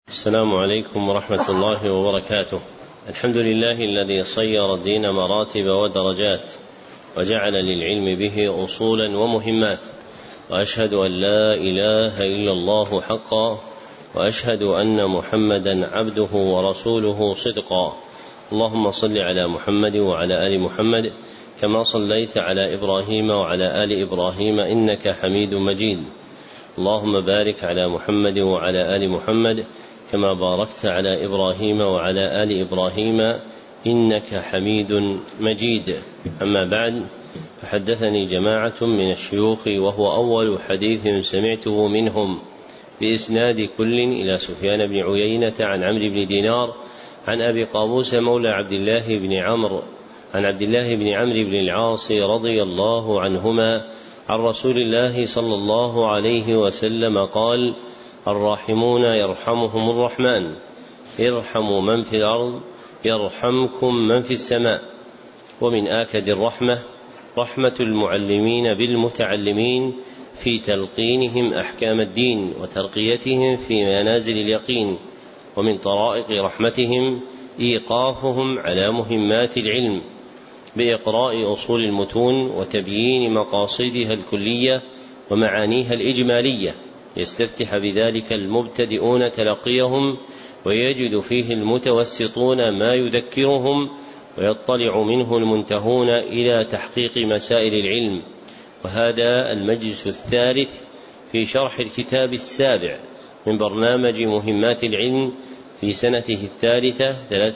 السلام عليكم ورحمة الله وبركاته. الحمد لله الذي صير الدين مراتب ودرجات وجعل للعلم به أصولا ومهمات، وأشهد أن لا إله إلا الله حقا، وأشهد أن محمدا عبده ورسوله صدقا. اللهم صل على محمد وعلى آل محمد كما صليت على إبراهيم وعلى آل إبراهيم إنك حميد مجيد. اللهم بارك على محمد وعلى آل محمد كما باركت على إبراهيم وعلى آل إبراهيم إنك حميد مجيد. أما بعد، فحدثني جماعة من الشيوخ وهو أول حديث سمعته منهم بإسناد كل إلى سفيان بن عيينة عن عمرو بن دينار عن أبي قابوس مولى عبد الله بن عمرو عن عبد الله بن عمرو بن العاص رضي الله عنهما عن رسول الله صلى الله عليه وسلم قال: الراحمون يرحمهم الرحمن، ارحموا من في الأرض يرحمكم من في السماء. ومن آكد الرحمة رحمة المعلمين بالمتعلمين في تلقينهم أحكام الدين وترقيتهم في منازل اليقين، ومن طرائق رحمتهم إيقافهم على مهمات العلم بإقراء أصول المتون وتبيين مقاصدها الكلية ومعانيها الإجمالية، يستفتح بذلك المبتدئون تلقيهم، ويجد فيه المتوسطون ما يذكرهم، ويطلع منه المنتهون إلى تحقيق مسائل العلم. وهذا المجلس الثالث في شرح الكتاب السابع من برنامج مهمات العلم في سنته الثالثة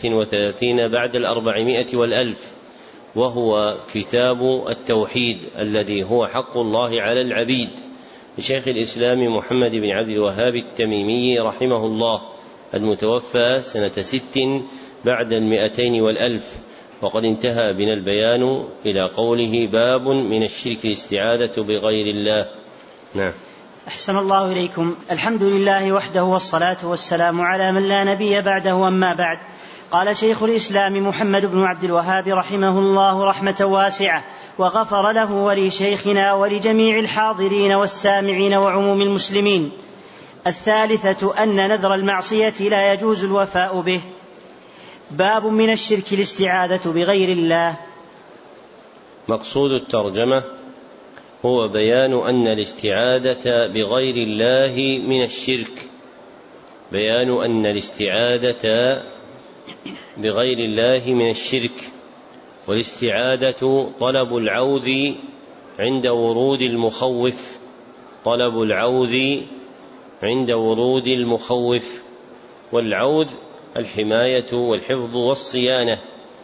33 بعد 400 والألف، وهو كتاب التوحيد الذي هو حق الله على العبيد لشيخ الإسلام محمد بن عبد الوهاب التميمي رحمه الله، المتوفى سنة 6 بعد 200 والألف. وقد انتهى بنا البيان إلى قوله: باب من الشرك الاستعاذة بغير الله. نعم. أحسن الله إليكم. الحمد لله وحده، والصلاة والسلام على من لا نبي بعده. أما بعد، قال شيخ الإسلام محمد بن عبد الوهاب رحمه الله رحمة واسعة، وغفر له ولشيخنا ولجميع الحاضرين والسامعين وعموم المسلمين: الثالثة أن نذر المعصية لا يجوز الوفاء به. باب من الشرك الاستعاذة بغير الله. مقصود الترجمة هو بيان أن الاستعاذة بغير الله من الشرك، بيان أن الاستعاذة بغير الله من الشرك. والاستعاذة طلب العوذ عند ورود المخوف، طلب العوذ عند ورود المخوف. والعوذ الحماية والحفظ والصيانة.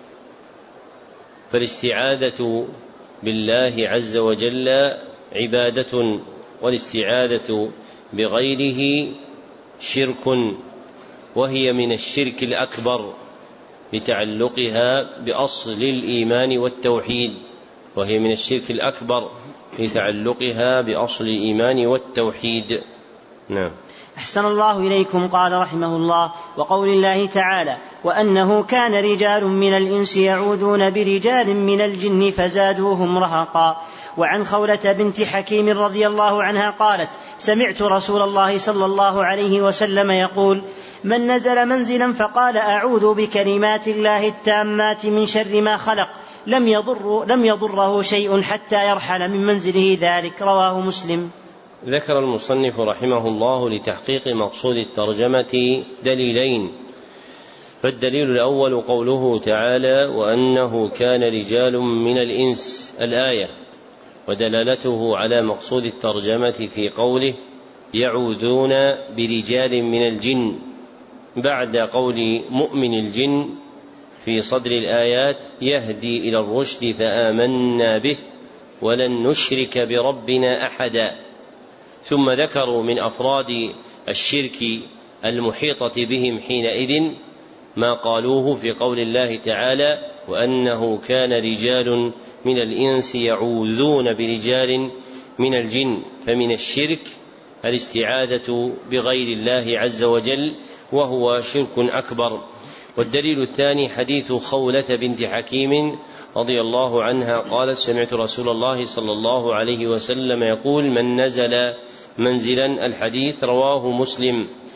فالاستعاذة بالله عز وجل عبادة، والاستعاذة بغيره شرك، وهي من الشرك الأكبر لتعلقها بأصل الإيمان والتوحيد، وهي من الشرك الأكبر لتعلقها بأصل الإيمان والتوحيد. نعم. أحسن الله إليكم. قال رحمه الله: وقول الله تعالى: وأنه كان رجال من الإنس يعوذون برجال من الجن فزادوهم رهقا. وعن خولة بنت حكيم رضي الله عنها قالت: سمعت رسول الله صلى الله عليه وسلم يقول: من نزل منزلا فقال أعوذ بكلمات الله التامات من شر ما خلق لم يضره شيء حتى يرحل من منزله ذلك. رواه مسلم. ذكر المصنف رحمه الله لتحقيق مقصود الترجمة دليلين. فالدليل الأول قوله تعالى: وأنه كان رجال من الإنس، الآية، ودلالته على مقصود الترجمة في قوله: يعوذون برجال من الجن، بعد قول مؤمن الجن في صدر الآيات: يهدي إلى الرشد فآمنا به ولن نشرك بربنا أحدا. ثم ذكروا من أفراد الشرك المحيطة بهم حينئذ ما قالوه في قول الله تعالى: وأنه كان رجال من الإنس يعوذون برجال من الجن. فمن الشرك الاستعاذة بغير الله عز وجل، وهو شرك أكبر. والدليل الثاني حديث خولة بنت حكيم رضي الله عنها قالت: سمعت رسول الله صلى الله عليه وسلم يقول: من نزل منزلا، الحديث رواه مسلم.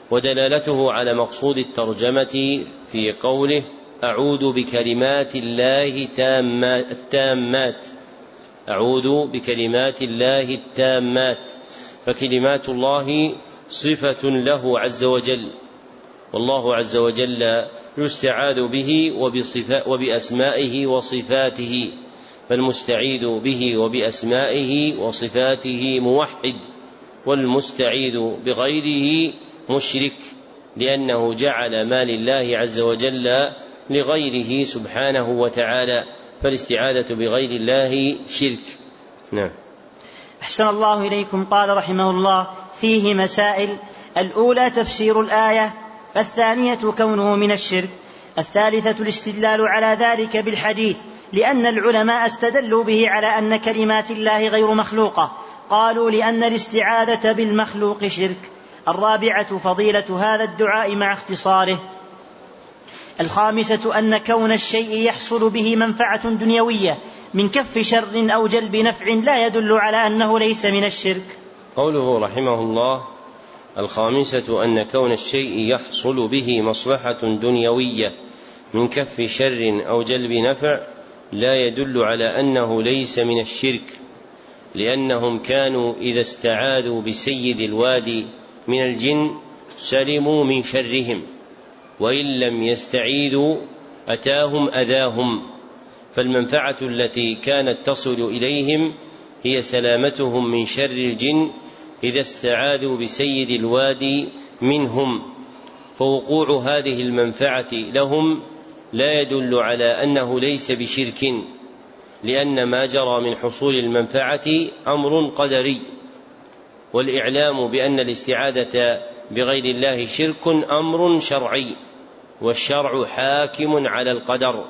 ودلالته على مقصود الترجمة في قوله أعوذ بكلمات الله التامات، أعوذ بكلمات الله التامات، فكلمات الله صفة له عز وجل، والله عز وجل يستعاذ به وبأسمائه وصفاته، فالمستعيذ به وبأسمائه وصفاته موحد، والمستعيذ بغيره مشرك، لأنه جعل ما لله عز وجل لغيره سبحانه وتعالى، فالاستعاذة بغير الله شرك. نعم. أحسن الله إليكم. قال رحمه الله: فيه مسائل: الأولى تفسير الآية، الثانية كونه من الشرك، الثالثة الاستدلال على ذلك بالحديث، لأن العلماء استدلوا به على أن كلمات الله غير مخلوقة، قالوا لأن الاستعاذة بالمخلوق شرك. الرابعة فضيلة هذا الدعاء مع اختصاره. الخامسة أن كون الشيء يحصل به منفعة دنيوية من كف شر أو جلب نفع لا يدل على أنه ليس من الشرك. قوله رحمه الله: الخامسة أن كون الشيء يحصل به مصلحة دنيوية من كف شر أو جلب نفع لا يدل على أنه ليس من الشرك، لأنهم كانوا إذا استعاذوا بسيد الوادي من الجن سلموا من شرهم، وإن لم يستعيذوا أتاهم أذاهم، فالمنفعة التي كانت تصل إليهم هي سلامتهم من شر الجن إذا استعاذوا بسيد الوادي منهم، فوقوع هذه المنفعة لهم لا يدل على أنه ليس بشرك، لأن ما جرى من حصول المنفعة أمر قدري، والإعلام بأن الاستعاذة بغير الله شرك أمر شرعي، والشرع حاكم على القدر.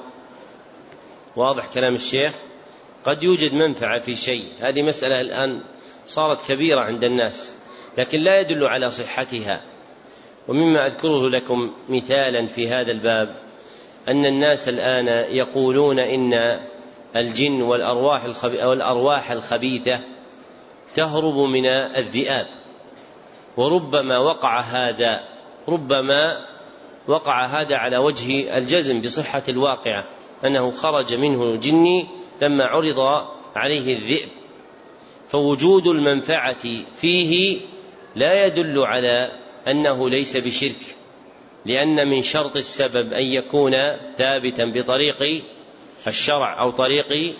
واضح كلام الشيخ؟ قد يوجد منفعة في شيء، هذه مسألة الآن صارت كبيرة عند الناس، لكن لا يدل على صحتها. ومما أذكره لكم مثالا في هذا الباب أن الناس الآن يقولون إن الجن والأرواح الخبيثة تهرب من الذئاب، وربما وقع هذا على وجه الجزم بصحة الواقعة، أنه خرج منه الجن لما عرض عليه الذئب، فوجود المنفعة فيه لا يدل على أنه ليس بشرك، لأن من شرط السبب أن يكون ثابتا بطريق الشرع أو طريق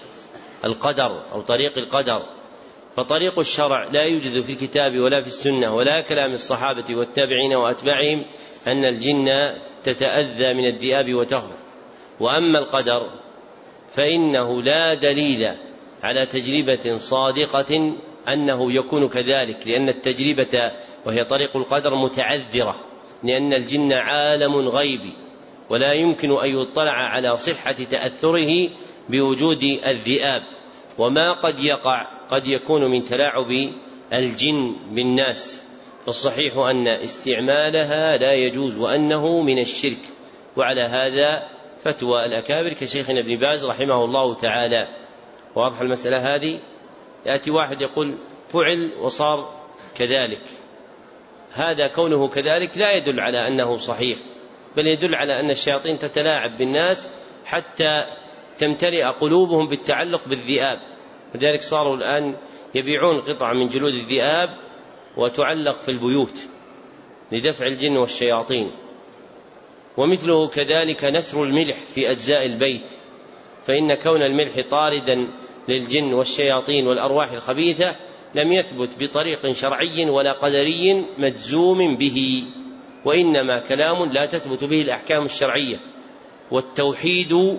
القدر، فطريق الشرع لا يوجد في الكتاب ولا في السنة ولا كلام الصحابة والتابعين وأتباعهم أن الجن تتأذى من الذئاب وتهرب. وأما القدر فإنه لا دليل على تجربة صادقة أنه يكون كذلك، لأن التجربة وهي طريق القدر متعذرة، لأن الجن عالم غيبي ولا يمكن أن يطلع على صحة تأثره بوجود الذئاب، وما قد يقع قد يكون من تلاعب الجن بالناس، فالصحيح أن استعمالها لا يجوز وأنه من الشرك. وعلى هذا فتوى الأكابر كشيخنا ابن باز رحمه الله تعالى. واضح المسألة هذه؟ يأتي واحد يقول فعل وصار كذلك، هذا كونه كذلك لا يدل على أنه صحيح، بل يدل على أن الشياطين تتلاعب بالناس حتى تمتلئ قلوبهم بالتعلق بالذئاب، لذلك صاروا الآن يبيعون قطعة من جلود الذئاب وتعلق في البيوت لدفع الجن والشياطين. ومثله كذلك نثر الملح في أجزاء البيت، فإن كون الملح طاردا للجن والشياطين والأرواح الخبيثة لم يثبت بطريق شرعي ولا قدري مجزوم به، وإنما كلام لا تثبت به الأحكام الشرعية. والتوحيد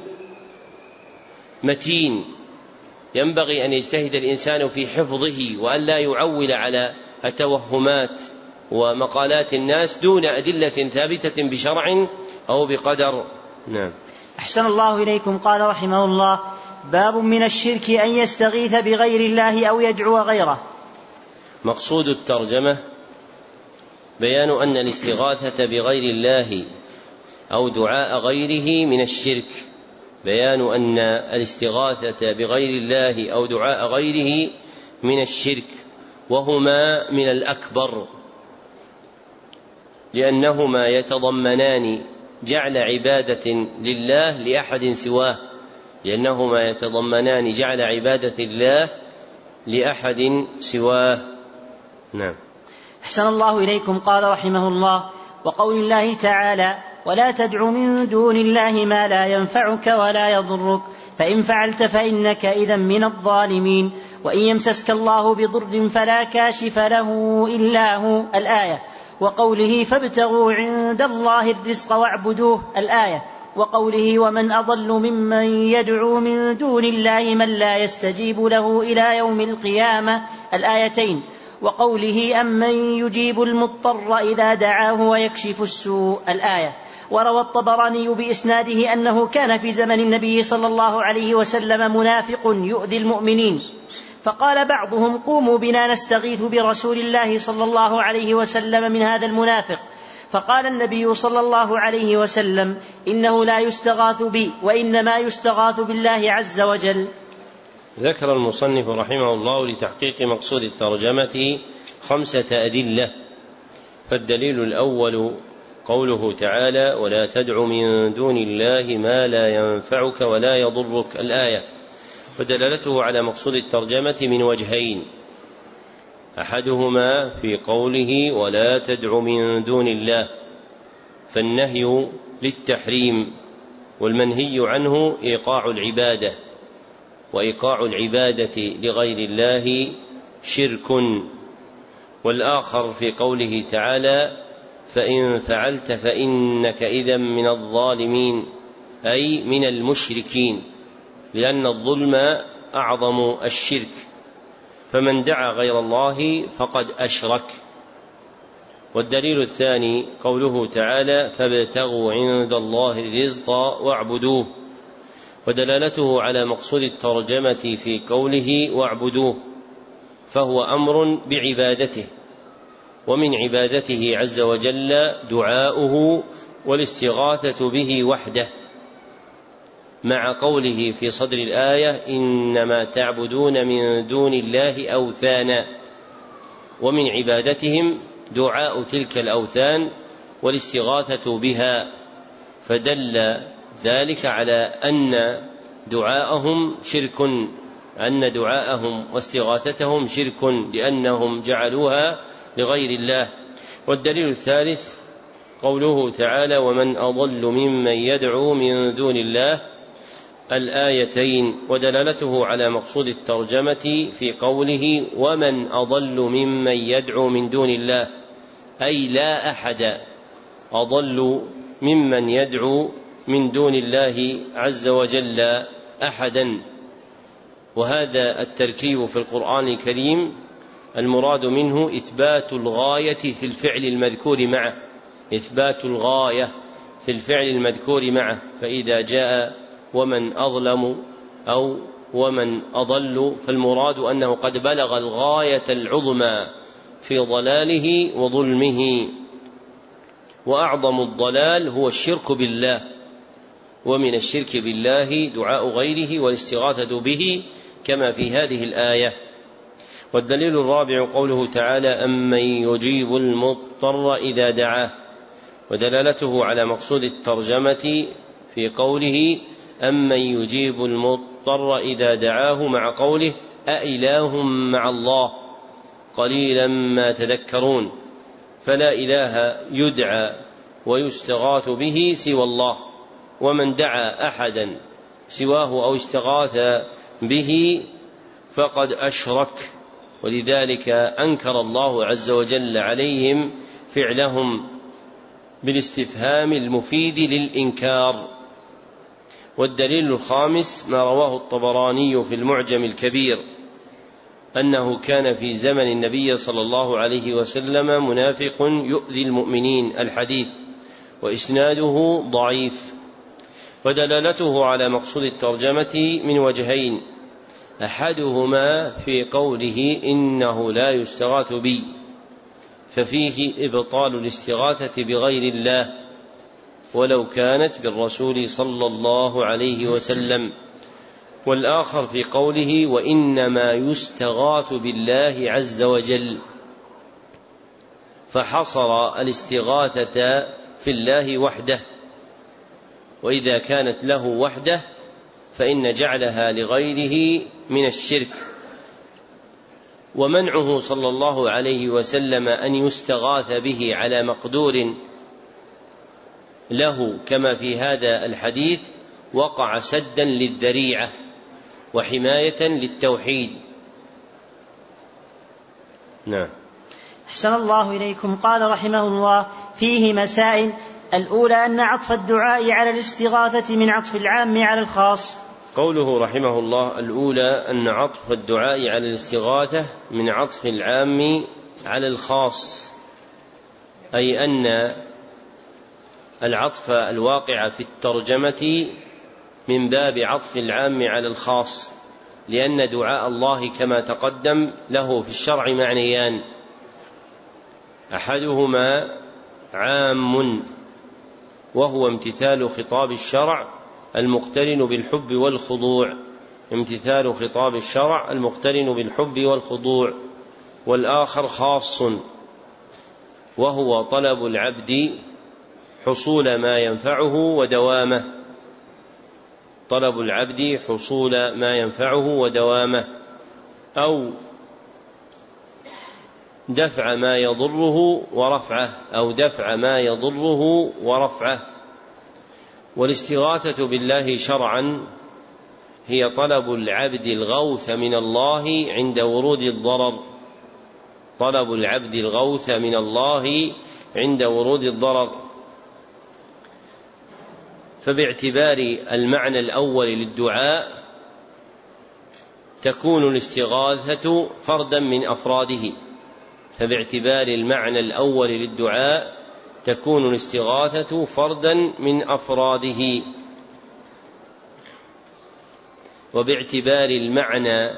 متين، ينبغي أن يجتهد الإنسان في حفظه وأن لا يعول على التوهمات ومقالات الناس دون أدلة ثابتة بشرع أو بقدر. نعم. أحسن الله إليكم. قال رحمه الله: باب من الشرك أن يستغيث بغير الله أو يدعو غيره. مقصود الترجمة بيان أن الاستغاثة بغير الله أو دعاء غيره من الشرك، بيان أن الاستغاثة بغير الله أو دعاء غيره من الشرك، وهما من الأكبر. لأنهما يتضمنان جعل عبادة لله لأحد سواه، لأنهما يتضمنان جعل عبادة الله لأحد سواه. نعم. أحسن الله إليكم. قال رحمه الله: وقول الله تعالى: ولا تدع من دون الله ما لا ينفعك ولا يضرك فإن فعلت فإنك إذا من الظالمين. وإن يمسسك الله بضر فلا كاشف له إلا هو، الآية. وقوله: فابتغوا عند الله الرزق واعبدوه، الآية. وقوله: ومن أضل ممن يدعو من دون الله من لا يستجيب له إلى يوم القيامة، الآيتين. وقوله: أمن يجيب المضطر إذا دعاه ويكشف السوء، الآية. وروى الطبراني بإسناده أنه كان في زمن النبي صلى الله عليه وسلم منافق يؤذي المؤمنين، فقال بعضهم: قوموا بنا نستغيث برسول الله صلى الله عليه وسلم من هذا المنافق. فقال النبي صلى الله عليه وسلم: إنه لا يستغاث بي وإنما يستغاث بالله عز وجل. ذكر المصنف رحمه الله لتحقيق مقصود الترجمة 5 أدلة. فالدليل الأول قوله تعالى: ولا تدع من دون الله ما لا ينفعك ولا يضرك، الآية. ودلالته على مقصود الترجمة من وجهين: أحدهما في قوله: ولا تدع من دون الله، فالنهي للتحريم، والمنهي عنه إيقاع العبادة، وإيقاع العبادة لغير الله شرك. والآخر في قوله تعالى: فإن فعلت فإنك إذا من الظالمين، أي من المشركين، لأن الظلم أعظم الشرك، فمن دعا غير الله فقد أشرك. والدليل الثاني قوله تعالى: فابتغوا عند الله الرزق واعبدوه، ودلالته على مقصود الترجمة في قوله واعبدوه، فهو أمر بعبادته، ومن عبادته عز وجل دعاؤه والاستغاثة به وحده، مع قوله في صدر الآية: إنما تعبدون من دون الله أوثانا، ومن عبادتهم دعاء تلك الأوثان والاستغاثة بها، فدل ذلك على أن دعاءهم شرك، أن دعاءهم واستغاثتهم شرك، لأنهم جعلوها لغير الله. والدليل الثالث قوله تعالى: ومن أضل ممن يدعو من دون الله، الآيتين. ودلالته على مقصود الترجمة في قوله: ومن أضل ممن يدعو من دون الله، أي لا أحد أضل ممن يدعو من دون الله عز وجل أحدا. وهذا التركيب في القرآن الكريم المراد منه إثبات الغاية في الفعل المذكور معه، إثبات الغاية في الفعل المذكور معه. فإذا جاء ومن أظلم أو ومن أضل، فالمراد أنه قد بلغ الغاية العظمى في ضلاله وظلمه. وأعظم الضلال هو الشرك بالله، ومن الشرك بالله دعاء غيره والاستغاثة به، كما في هذه الآية. والدليل الرابع قوله تعالى: أمن يجيب المضطر إذا دعاه، ودلالته على مقصود الترجمة في قوله: أمن يجيب المضطر إذا دعاه، مع قوله: أإله مع الله قليلا ما تذكرون. فلا إله يدعى ويستغاث به سوى الله، ومن دعا أحدا سواه أو استغاث به فقد أشرك. ولذلك أنكر الله عز وجل عليهم فعلهم بالاستفهام المفيد للإنكار. والدليل الخامس ما رواه الطبراني في المعجم الكبير أنه كان في زمن النبي صلى الله عليه وسلم منافق يؤذي المؤمنين، الحديث، وإسناده ضعيف. ودلالته على مقصود الترجمة من وجهين: أحدهما في قوله: إنه لا يستغاث بي، ففيه إبطال الاستغاثة بغير الله ولو كانت بالرسول صلى الله عليه وسلم. والآخر في قوله: وإنما يستغاث بالله عز وجل، فحصر الاستغاثة في الله وحده، وإذا كانت له وحده فإن جعلها لغيره من الشرك. ومنعه صلى الله عليه وسلم أن يستغاث به على مقدور له كما في هذا الحديث وقع سدا للذريعة وحماية للتوحيد. نعم. أحسن الله إليكم. قال رحمه الله: فيه مسائل. الأولى أن عطف الدعاء على الاستغاثة من عطف العام على الخاص. قوله رحمه الله: الأولى أن عطف الدعاء على الاستغاثة من عطف العام على الخاص، أي أن العطف الواقع في الترجمة من باب عطف العام على الخاص، لأن دعاء الله كما تقدم له في الشرع معنيان: أحدهما عام وهو امتثال خطاب الشرع المقترن بالحب والخضوع، امتثال خطاب الشرع المقترن بالحب والخضوع، والآخر خاص وهو طلب العبد حصول ما ينفعه ودوامه، طلب العبد حصول ما ينفعه ودوامه، أو دفع ما يضره ورفعه، أو دفع ما يضره ورفعه. والاستغاثة بالله شرعا هي طلب العبد الغوث من الله عند ورود الضرر، طلب العبد الغوث من الله عند ورود الضرر. فباعتبار المعنى الأول للدعاء تكون الاستغاثة فردا من أفراده، فباعتبار المعنى الأول للدعاء تكون الاستغاثة فردا من أفراده. وباعتبار المعنى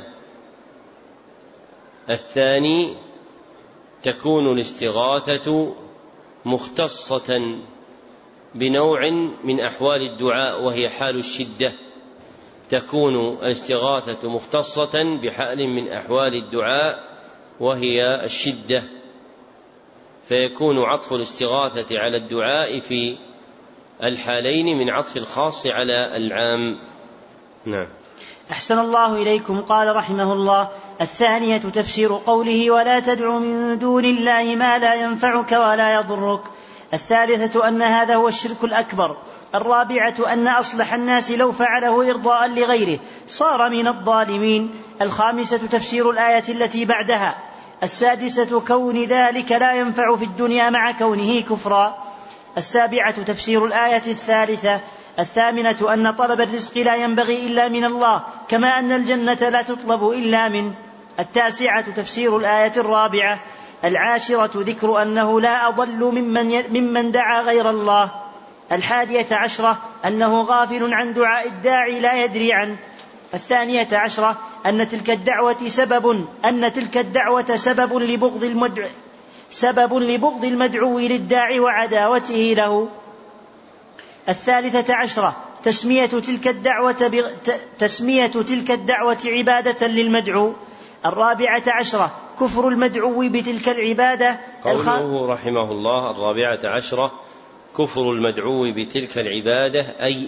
الثاني تكون الاستغاثة مختصة بنوع من أحوال الدعاء وهي حال الشدة، تكون الاستغاثة مختصة بحال من أحوال الدعاء وهي الشدة، فيكون عطف الاستغاثة على الدعاء في الحالين من عطف الخاص على العام. نعم. أحسن الله إليكم. قال رحمه الله: الثانية تفسير قوله: ولا تدع من دون الله ما لا ينفعك ولا يضرك. الثالثة أن هذا هو الشرك الأكبر. الرابعة أن أصلح الناس لو فعله إرضاء لغيره صار من الظالمين. الخامسة تفسير الآية التي بعدها. السادسة كون ذلك لا ينفع في الدنيا مع كونه كفرا. السابعة تفسير الآية الثالثة. الثامنة أن طلب الرزق لا ينبغي إلا من الله كما أن الجنة لا تطلب إلا منه. التاسعة تفسير الآية الرابعة. العاشرة ذكر أنه لا أضل ممن دعا غير الله. 11 أنه غافل عن دعاء الداعي لا يدري عنه. 12 أن تلك الدعوة سبب لبغض المدعو للداعي وعداوته له. 13 تسمية تلك الدعوة عبادة للمدعو. 14 كفر المدعو بتلك العبادة. قوله رحمه الله: 14 كفر المدعو بتلك العبادة أي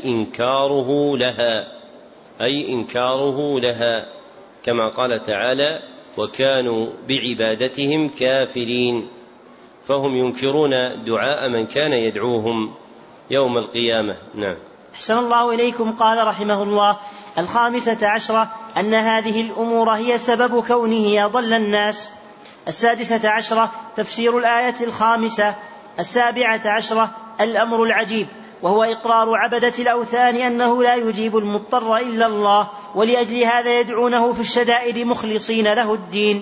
إنكاره لها كما قال تعالى: وكانوا بعبادتهم كافرين، فهم ينكرون دعاء من كان يدعوهم يوم القيامة. نعم. أحسن الله إليكم. قال رحمه الله: 15 أن هذه الأمور هي سبب كونه أضل الناس. 16 تفسير الآية 5. 17 الأمر العجيب وهو إقرار عبدة الأوثان أنه لا يجيب المضطر إلا الله، ولأجل هذا يدعونه في الشدائد مخلصين له الدين.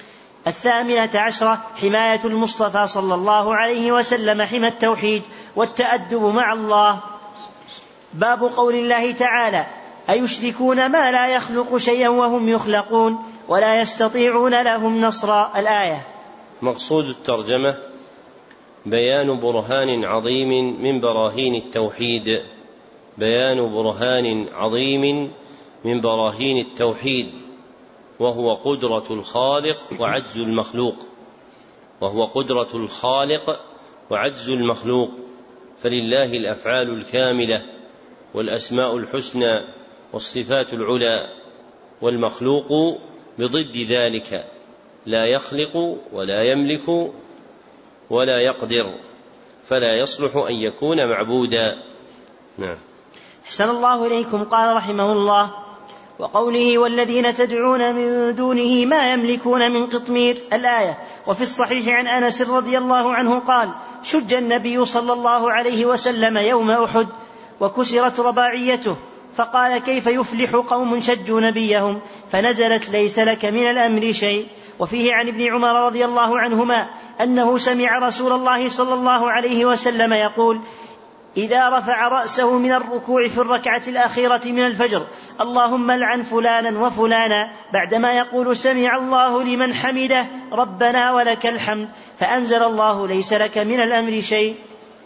18 حماية المصطفى صلى الله عليه وسلم حمى التوحيد والتأدب مع الله. باب قول الله تعالى: أيشركون ما لا يخلق شيئا وهم يخلقون ولا يستطيعون لهم نصرا. الآية. مقصود الترجمة بيان برهان عظيم من براهين التوحيد، بيان برهان عظيم من براهين التوحيد، وهو قدرة الخالق وعجز المخلوق. وهو قدرة الخالق وعجز المخلوق، فلله الأفعال الكاملة والأسماء الحسنى والصفات العلى، والمخلوق بضد ذلك لا يخلق ولا يملك ولا يقدر، فلا يصلح أن يكون معبودا. نعم. أحسن الله إليكم. قال رحمه الله: وقوله والذين تدعون من دونه ما يملكون من قطمير، الآية. وفي الصحيح عن أنس رضي الله عنه قال: شج النبي صلى الله عليه وسلم يوم أحد وكسرت رباعيته، فقال: كيف يفلح قوم شجوا نبيهم؟ فنزلت: ليس لك من الأمر شيء. وفيه عن ابن عمر رضي الله عنهما أنه سمع رسول الله صلى الله عليه وسلم يقول إذا رفع رأسه من الركوع في الركعة الأخيرة من الفجر: اللهم لعن فلانا وفلانا، بعدما يقول سمع الله لمن حمده ربنا ولك الحمد، فأنزل الله: ليس لك من الأمر شيء.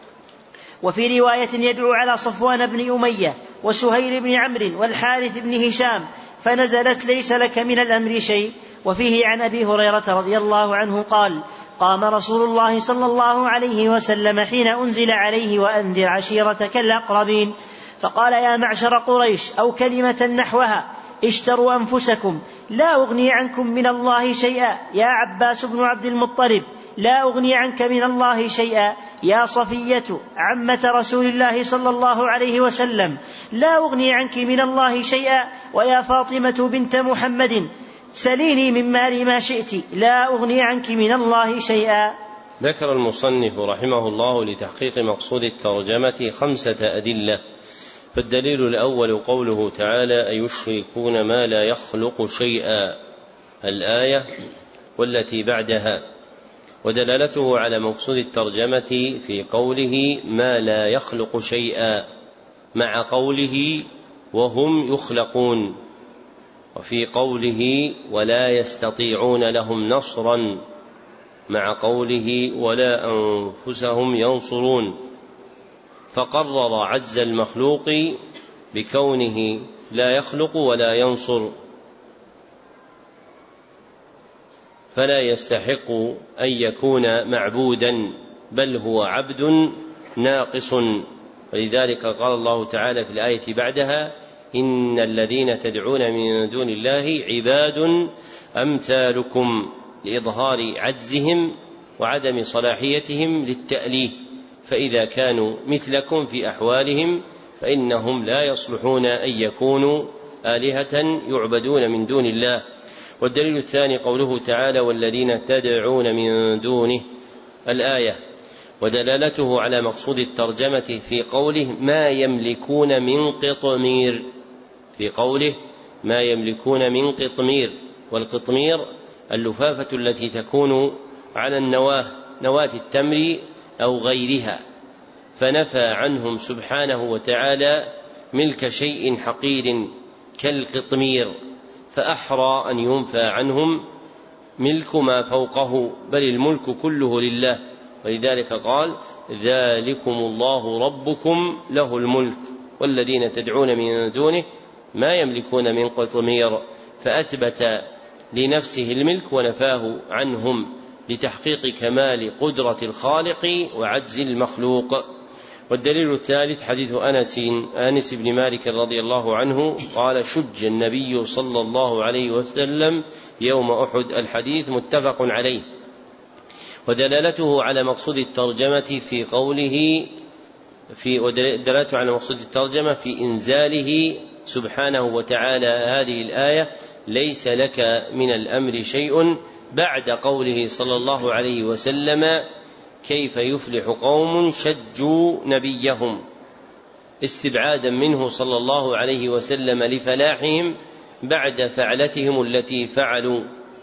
وفي رواية: يدعو على صفوان بن أمية وسهيل بن عمرو والحارث بن هشام، فنزلت: ليس لك من الأمر شيء. وفيه عن أبي هريرة رضي الله عنه قال: قام رسول الله صلى الله عليه وسلم حين أنزل عليه: وأنذر عشيرتك الأقربين، فقال: يا معشر قريش، أو كلمة نحوها: اشتروا أنفسكم، لا أغني عنكم من الله شيئا. يا عباس بن عبد المطلب، لا أغني عنك من الله شيئا. يا صفية عمة رسول الله صلى الله عليه وسلم، لا أغني عنك من الله شيئا. ويا فاطمة بنت محمد، سليني من مالي ما شئت، لا أغني عنك من الله شيئا. ذكر المصنف رحمه الله لتحقيق مقصود الترجمة 5 أدلة. فالدليل الأول قوله تعالى: أيشركون ما لا يخلق شيئا، الآية والتي بعدها، ودلالته على مقصود الترجمة في قوله ما لا يخلق شيئا مع قوله وهم يخلقون، وفي قوله ولا يستطيعون لهم نصرا مع قوله ولا أنفسهم ينصرون، فقرر عجز المخلوق بكونه لا يخلق ولا ينصر، فلا يستحق أن يكون معبودا، بل هو عبد ناقص. ولذلك قال الله تعالى في الآية بعدها: إن الذين تدعون من دون الله عباد أمثالكم، لإظهار عجزهم وعدم صلاحيتهم للتأليه، فإذا كانوا مثلكم في أحوالهم فإنهم لا يصلحون أن يكونوا آلهة يعبدون من دون الله. والدليل الثاني قوله تعالى: والذين تدعون من دونه، الآية، ودلالته على مقصود الترجمة في قوله ما يملكون من قطمير، في قوله ما يملكون من قطمير، والقطمير اللفافة التي تكون على النواة، نواة التمر أو غيرها، فنفى عنهم سبحانه وتعالى ملك شيء حقير كالقطمير، فأحرى أن ينفى عنهم ملك ما فوقه، بل الملك كله لله. ولذلك قال: ذلكم الله ربكم له الملك والذين تدعون من دونه ما يملكون من قطمير، فأثبت لنفسه الملك ونفاه عنهم لتحقيق كمال قدرة الخالق وعجز المخلوق. والدليل الثالث حديث أنس بن مالك رضي الله عنه قال: شج النبي صلى الله عليه وسلم يوم أحد، الحديث متفق عليه. ودلالته على مقصود الترجمة في قوله ودلالته على مقصود الترجمة في إنزاله سبحانه وتعالى هذه الآية: ليس لك من الأمر شيء، بعد قوله صلى الله عليه وسلم: كيف يفلح قوم شجوا نبيهم، استبعادا منه صلى الله عليه وسلم لفلاحهم بعد فعلتهم التي فعلوا.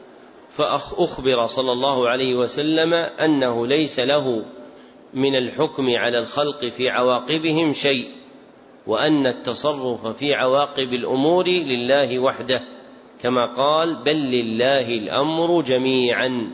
فأخبر صلى الله عليه وسلم أنه ليس له من الحكم على الخلق في عواقبهم شيء، وأن التصرف في عواقب الأمور لله وحده، كما قال: بل لله الأمر جميعا.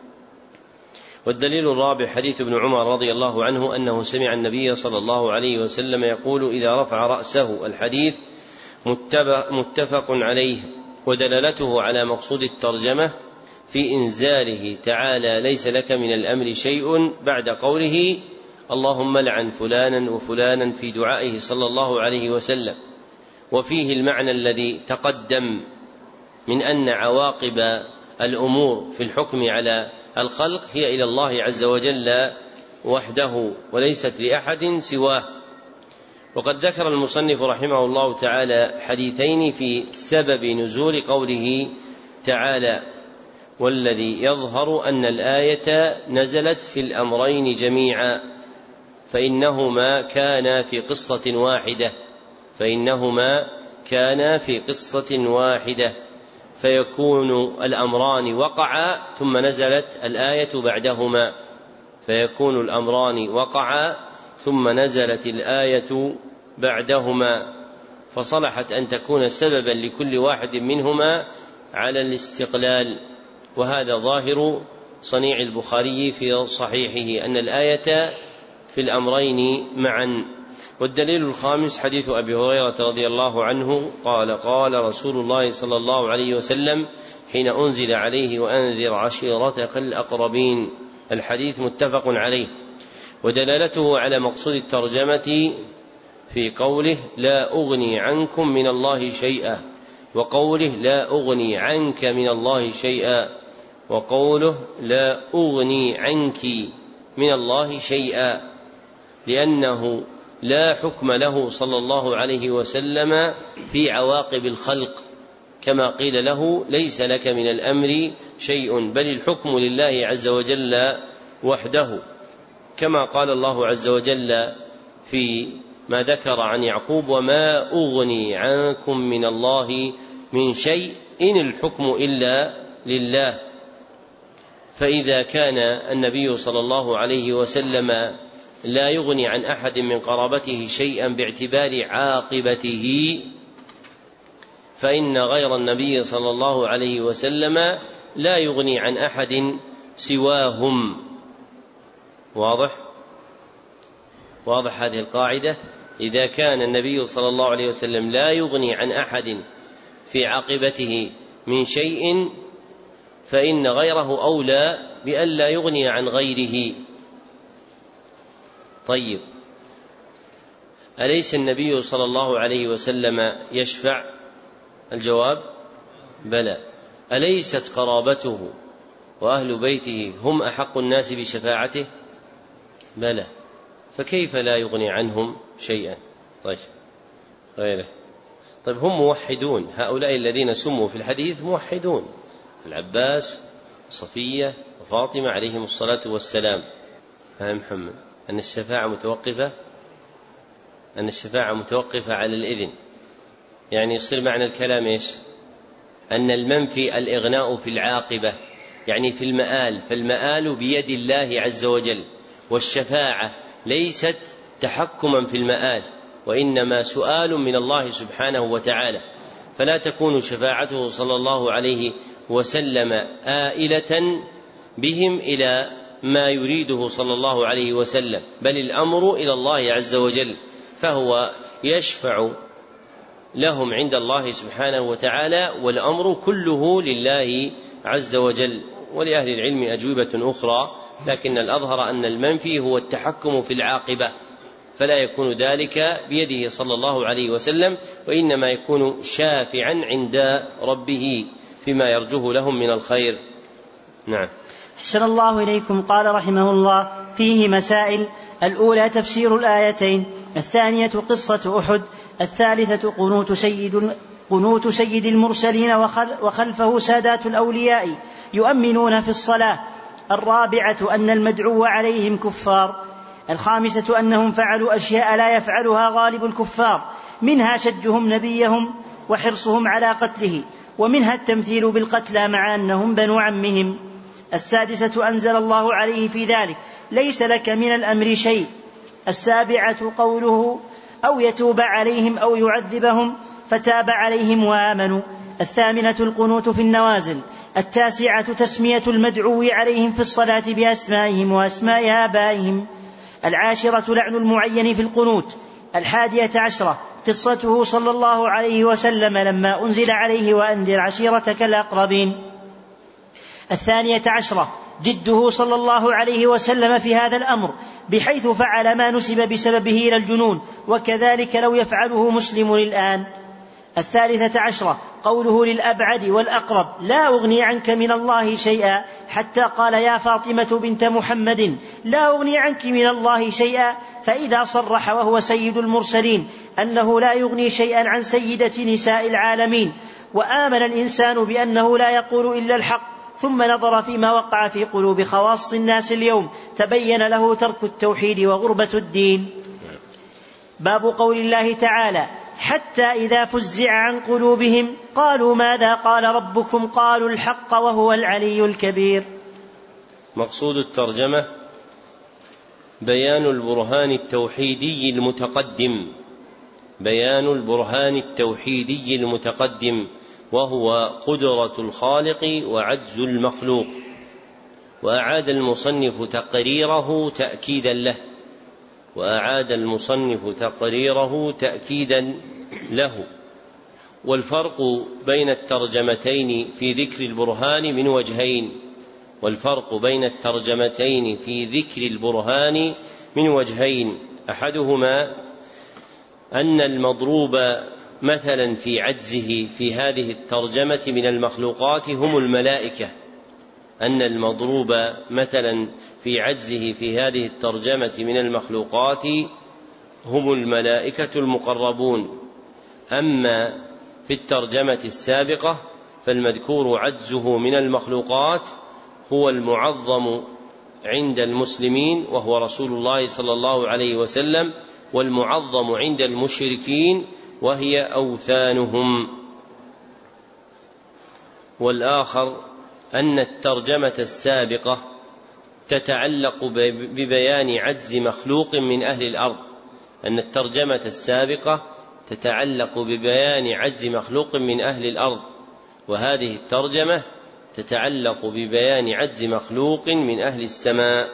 والدليل الرابع حديث ابن عمر رضي الله عنه أنه سمع النبي صلى الله عليه وسلم يقول: إذا رفع رأسه، الحديث متفق عليه. ودلالته على مقصود الترجمة في إنزاله تعالى ليس لك من الأمر شيء بعد قوله اللهم لعن فلانا وفلانا في دعائه صلى الله عليه وسلم. وفيه المعنى الذي تقدم من أن عواقب الأمور في الحكم على الخلق هي إلى الله عز وجل وحده وليست لأحد سواه. وقد ذكر المصنف رحمه الله تعالى حديثين في سبب نزول قوله تعالى، والذي يظهر أن الآية نزلت في الأمرين جميعا، فإنهما كانا في قصة واحدة فيكون الأمران وقعا ثم نزلت الآية بعدهما، فصلحت أن تكون سببا لكل واحد منهما على الاستقلال. وهذا ظاهر صنيع البخاري في صحيحه أن الآية في الأمرين معا. والدليل الخامس حديث أبي هريرة رضي الله عنه قال قال رسول الله صلى الله عليه وسلم حين أنزل عليه وأنذر عشيرتك الأقربين، الحديث متفق عليه. ودلالته على مقصود الترجمة في قوله لا أغني عنكم من الله شيئا، وقوله لا أغني عنك من الله شيئا، وقوله لا أغني عنك من الله شيئا، لأنه لا حكم له صلى الله عليه وسلم في عواقب الخلق، كما قيل له ليس لك من الأمر شيء، بل الحكم لله عز وجل وحده، كما قال الله عز وجل في ما ذكر عن يعقوب وما أغني عنكم من الله من شيء إن الحكم إلا لله. فإذا كان النبي صلى الله عليه وسلم لا يغني عن أحد من قرابته شيئا باعتبار عاقبته، فإن غير النبي صلى الله عليه وسلم لا يغني عن أحد سواهم. واضح هذه القاعدة؟ إذا كان النبي صلى الله عليه وسلم لا يغني عن أحد في عاقبته من شيء، فإن غيره أولى بأن لا يغني عن غيره. طيب، أليس النبي صلى الله عليه وسلم يشفع؟ الجواب بلى. أليست قرابته وأهل بيته هم أحق الناس بشفاعته؟ بلى. فكيف لا يغني عنهم شيئا؟ طيب غيره. طيب هم موحدون، هؤلاء الذين سموا في الحديث موحدون، العباس صفية وفاطمة عليهم الصلاة والسلام. محمد أن الشفاعة متوقفة على الإذن، يعني يصير معنى الكلام إيش؟ أن المنفي الإغناء في العاقبة، يعني في المآل، فالمآل بيد الله عز وجل، والشفاعة ليست تحكما في المآل، وإنما سؤال من الله سبحانه وتعالى، فلا تكون شفاعته صلى الله عليه وسلم آئلة بهم إلى ما يريده صلى الله عليه وسلم، بل الأمر إلى الله عز وجل، فهو يشفع لهم عند الله سبحانه وتعالى، والأمر كله لله عز وجل. ولأهل العلم أجوبة أخرى، لكن الأظهر أن المنفي هو التحكم في العاقبة، فلا يكون ذلك بيده صلى الله عليه وسلم، وإنما يكون شافعا عند ربه فيما يرجوه لهم من الخير. نعم. أحسن الله إليكم. قال رحمه الله فيه مسائل: الأولى تفسير الآيتين، الثانية قصة أحد، الثالثة قنوت سيد المرسلين وخلفه سادات الأولياء يؤمنون في الصلاة، الرابعة أن المدعو عليهم كفار، الخامسة أنهم فعلوا أشياء لا يفعلها غالب الكفار، منها شجهم نبيهم وحرصهم على قتله، ومنها التمثيل بالقتلى مع أنهم بنو عمهم، السادسة أنزل الله عليه في ذلك ليس لك من الأمر شيء، السابعة قوله أو يتوب عليهم أو يعذبهم فتاب عليهم وآمنوا، الثامنة القنوت في النوازل، التاسعة تسمية المدعو عليهم في الصلاة بأسمائهم وأسماء آبائهم، العاشرة لعن المعين في القنوت، 11 قصته صلى الله عليه وسلم لما أنزل عليه وأنذر عشيرتك الأقربين، 12 جده صلى الله عليه وسلم في هذا الأمر، بحيث فعل ما نسب بسببه إلى الجنون، وكذلك لو يفعله مسلم الآن. 13 قوله للأبعد والأقرب: لا أغني عنك من الله شيئا، حتى قال: يا فاطمة بنت محمد لا أغني عنك من الله شيئا. فإذا صرح وهو سيد المرسلين أنه لا يغني شيئا عن سيدة نساء العالمين، وآمن الإنسان بأنه لا يقول إلا الحق، ثم نظر فيما وقع في قلوب خواص الناس اليوم، تبين له ترك التوحيد وغربة الدين. باب قول الله تعالى: حتى إذا فزع عن قلوبهم قالوا ماذا قال ربكم قالوا الحق وهو العلي الكبير. مقصود الترجمة بيان البرهان التوحيدي المتقدم، بيان البرهان التوحيدي المتقدم، وهو قدرة الخالق وعجز المخلوق. وأعاد المصنف تقريره تأكيدا له، وأعاد المصنف تقريره تأكيدا له. والفرق بين الترجمتين في ذكر البرهان من وجهين، والفرق بين الترجمتين في ذكر البرهان من وجهين: أحدهما أن المضروب مثلا في عجزه في هذه الترجمة من المخلوقات هم الملائكة، أن المضروب مثلا في عجزه في هذه الترجمة من المخلوقات هم الملائكة المقربون. أما في الترجمة السابقة فالمذكور عجزه من المخلوقات هو المعظم عند المسلمين وهو رسول الله صلى الله عليه وسلم، والمعظم عند المشركين وهي أوثانهم. والآخر أن الترجمة السابقة تتعلق ببيان عجز مخلوق من أهل الأرض، أن الترجمة السابقة تتعلق ببيان عجز مخلوق من أهل الأرض، وهذه الترجمة تتعلق ببيان عجز مخلوق من أهل السماء.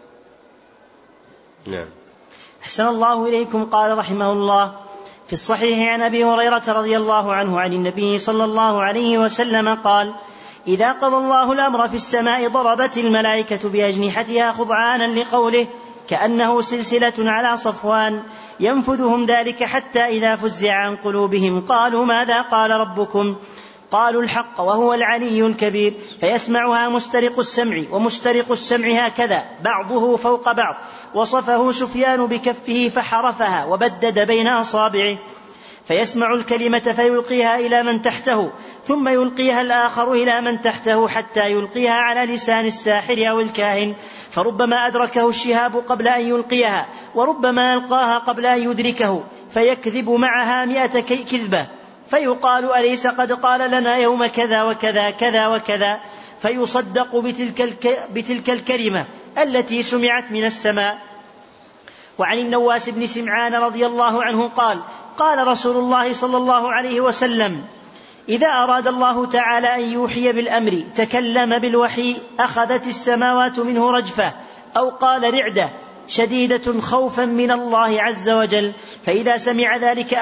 نعم. أحسن الله إليكم. قال رحمه الله: في الصحيح عن أبي هريرة رضي الله عنه عن النبي صلى الله عليه وسلم قال: إذا قضى الله الأمر في السماء ضربت الملائكة بأجنحتها خضعانا لقوله، كأنه سلسلة على صفوان، ينفذهم ذلك حتى إذا فزع عن قلوبهم قالوا ماذا قال ربكم قالوا الحق وهو العلي الكبير، فيسمعها مسترق السمع، ومسترق السمع هكذا بعضه فوق بعض. وصفه سفيان بكفه فحرفها وبدد بين أصابعه، فيسمع الكلمة فيلقيها إلى من تحته، ثم يلقيها الآخر إلى من تحته، حتى يلقيها على لسان الساحر أو الكاهن، فربما أدركه الشهاب قبل أن يلقيها، وربما ألقاها قبل أن يدركه، فيكذب معها 100 كذبة، فيقال أليس قد قال لنا يوم كذا وكذا كذا وكذا، فيصدق بتلك الكلمة التي سمعت من السماء. وعن النواس بن سمعان رضي الله عنه قال: قال رسول الله صلى الله عليه وسلم: إذا أراد الله تعالى أن يوحي بالأمر تكلم بالوحي، أخذت السماوات منه رجفة، أو قال رعدة شديدة خوفا من الله عز وجل، فإذا سمع ذلك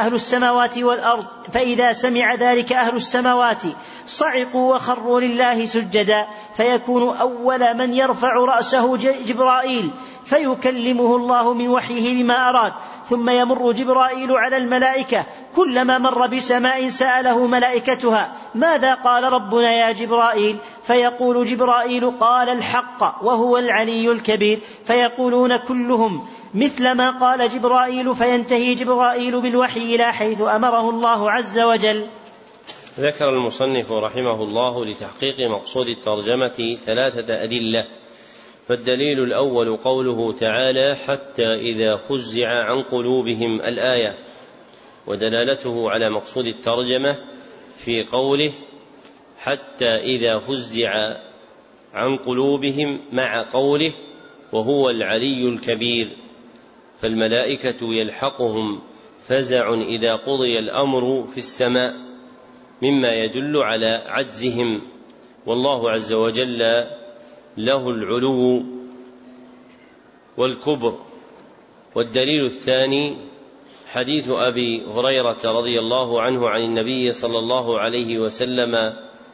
أهل السماوات صعقوا وخروا لله سجدا، فيكون أول من يرفع رأسه جبرائيل، فيكلمه الله من وحيه بما أراد، ثم يمر جبرائيل على الملائكة، كلما مر بسماء سأله ملائكتها ماذا قال ربنا يا جبرائيل، فيقول جبرائيل قال الحق وهو العلي الكبير، فيقولون كلهم مثل ما قال جبرائيل، فينتهي جبرائيل بالوحي إلى حيث أمره الله عز وجل. ذكر المصنف رحمه الله لتحقيق مقصود الترجمة 3 أدلة. فالدليل الأول قوله تعالى: حتى إذا فزع عن قلوبهم، الآية، ودلالته على مقصود الترجمة في قوله حتى إذا فزع عن قلوبهم مع قوله وهو العلي الكبير، فالملائكة يلحقهم فزع إذا قضي الأمر في السماء، مما يدل على عجزهم، والله عز وجل له العلو والكبر. والدليل الثاني حديث أبي هريرة رضي الله عنه عن النبي صلى الله عليه وسلم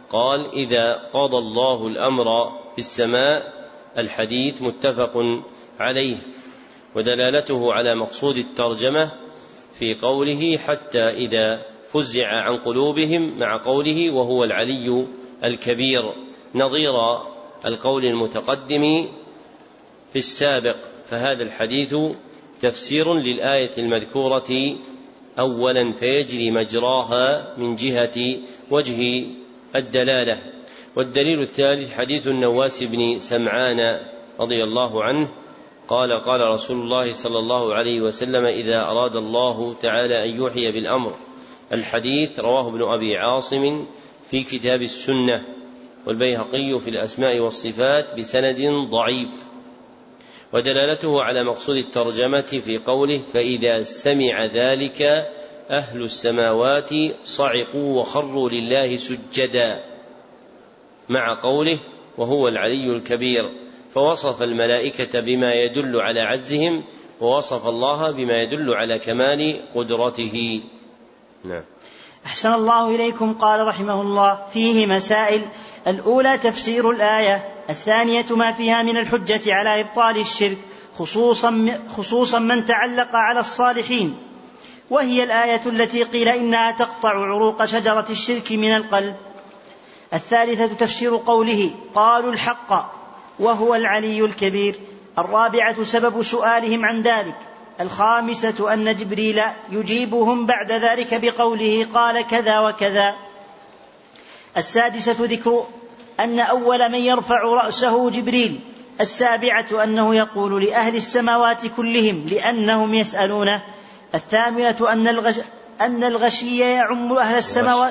قال: إذا قضى الله الأمر في السماء. الحديث متفق عليه. ودلالته على مقصود الترجمة في قوله: حتى إذا فزع عن قلوبهم، مع قوله: وهو العلي الكبير، نظير القول المتقدم في السابق. فهذا الحديث تفسير للآية المذكورة أولا، فيجري مجراها من جهة وجه الدلالة. والدليل الثالث حديث النواس بن سمعان رضي الله عنه قال: قال رسول الله صلى الله عليه وسلم: إذا أراد الله تعالى أن يوحي بالأمر. الحديث رواه ابن أبي عاصم في كتاب السنة، والبيهقي في الأسماء والصفات بسند ضعيف. ودلالته على مقصود الترجمة في قوله: فإذا سمع ذلك أهل السماوات صعقوا وخروا لله سجدا، مع قوله: وهو العلي الكبير. فوصف الملائكة بما يدل على عجزهم، ووصف الله بما يدل على كمال قدرته. نعم. أحسن الله إليكم. قال رحمه الله: فيه مسائل. الأولى تفسير الآية، الثانية ما فيها من الحجة على إبطال الشرك، خصوصا من تعلق على الصالحين، وهي الآية التي قيل إنها تقطع عروق شجرة الشرك من القلب. الثالثة تفسير قوله: قالوا الحق وهو العلي الكبير. الرابعة سبب سؤالهم عن ذلك. الخامسة أن جبريل يجيبهم بعد ذلك بقوله: قال كذا وكذا. السادسة ذكر أن أول من يرفع رأسه جبريل. السابعة أنه يقول لأهل السماوات كلهم لأنهم يسألونه. الثامنة أن الغشي يعم أهل السماوات.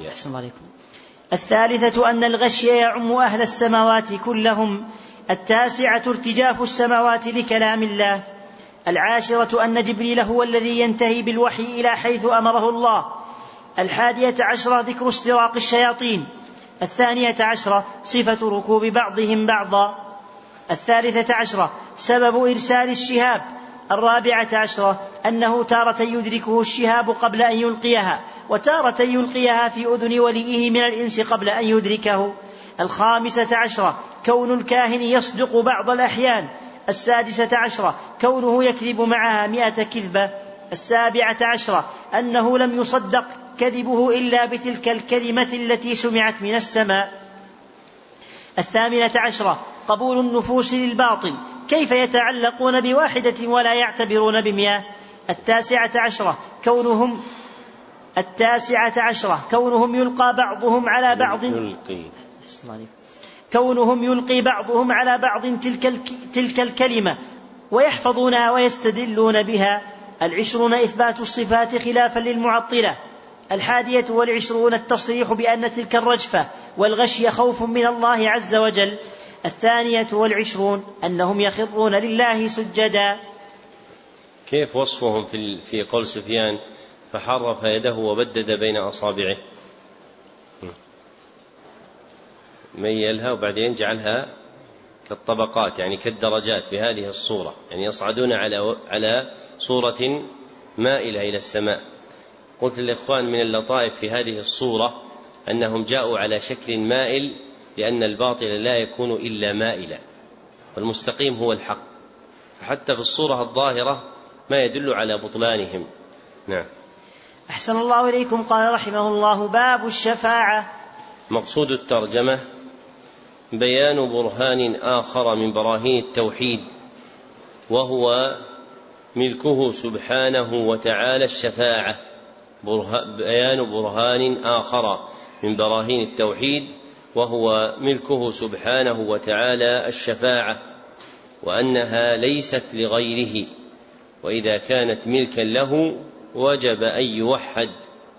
الثالثة أن الغشي يعم أهل السماوات كلهم. التاسعة ارتجاف السماوات لكلام الله. العاشرة أن جبريل هو الذي ينتهي بالوحي إلى حيث أمره الله. 11 ذكر استراق الشياطين. 12 صفة ركوب بعضهم بعضا. 13 سبب إرسال الشهاب. 14 أنه تارة يدركه الشهاب قبل أن يلقيها، وتارة يلقيها في أذن وليه من الإنس قبل أن يدركه. 15 كون الكاهن يصدق بعض الأحيان. 16 كونه يكذب معها 100 كذبة. 17 أنه لم يصدق كذبه إلا بتلك الكلمة التي سمعت من السماء. 18 قبول النفوس للباطل، كيف يتعلقون بواحدة ولا يعتبرون ب100. 19 كونهم يلقى بعضهم على بعض تلك الكلمة ويحفظونها ويستدلون بها. 20 إثبات الصفات خلافا للمعطلة. 21 التصريح بأن تلك الرجفة والغشي خوف من الله عز وجل. 22 أنهم يخرون لله سجدا. كيف وصفهم في قول سفيان: فحرف يده وبدد بين أصابعه؟ ميلها وبعدين جعلها كالطبقات، يعني كالدرجات بهذه الصورة، يعني يصعدون على صورة مائلة إلى السماء. قلت للإخوان من اللطائف في هذه الصورة أنهم جاءوا على شكل مائل، لأن الباطل لا يكون إلا مائلا، والمستقيم هو الحق، حتى في الصورة الظاهرة ما يدل على بطلانهم. نعم. أحسن الله إليكم. قال رحمه الله: باب الشفاعة. مقصود الترجمة بيان برهان آخر من براهين التوحيد، وهو ملكه سبحانه وتعالى الشفاعة. بيان برهان آخر من براهين التوحيد، وهو ملكه سبحانه وتعالى الشفاعة، وأنها ليست لغيره، وإذا كانت ملكا له وجب أن يوحد.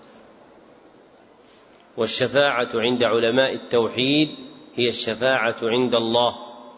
والشفاعة عند علماء التوحيد هي الشفاعة عند الله،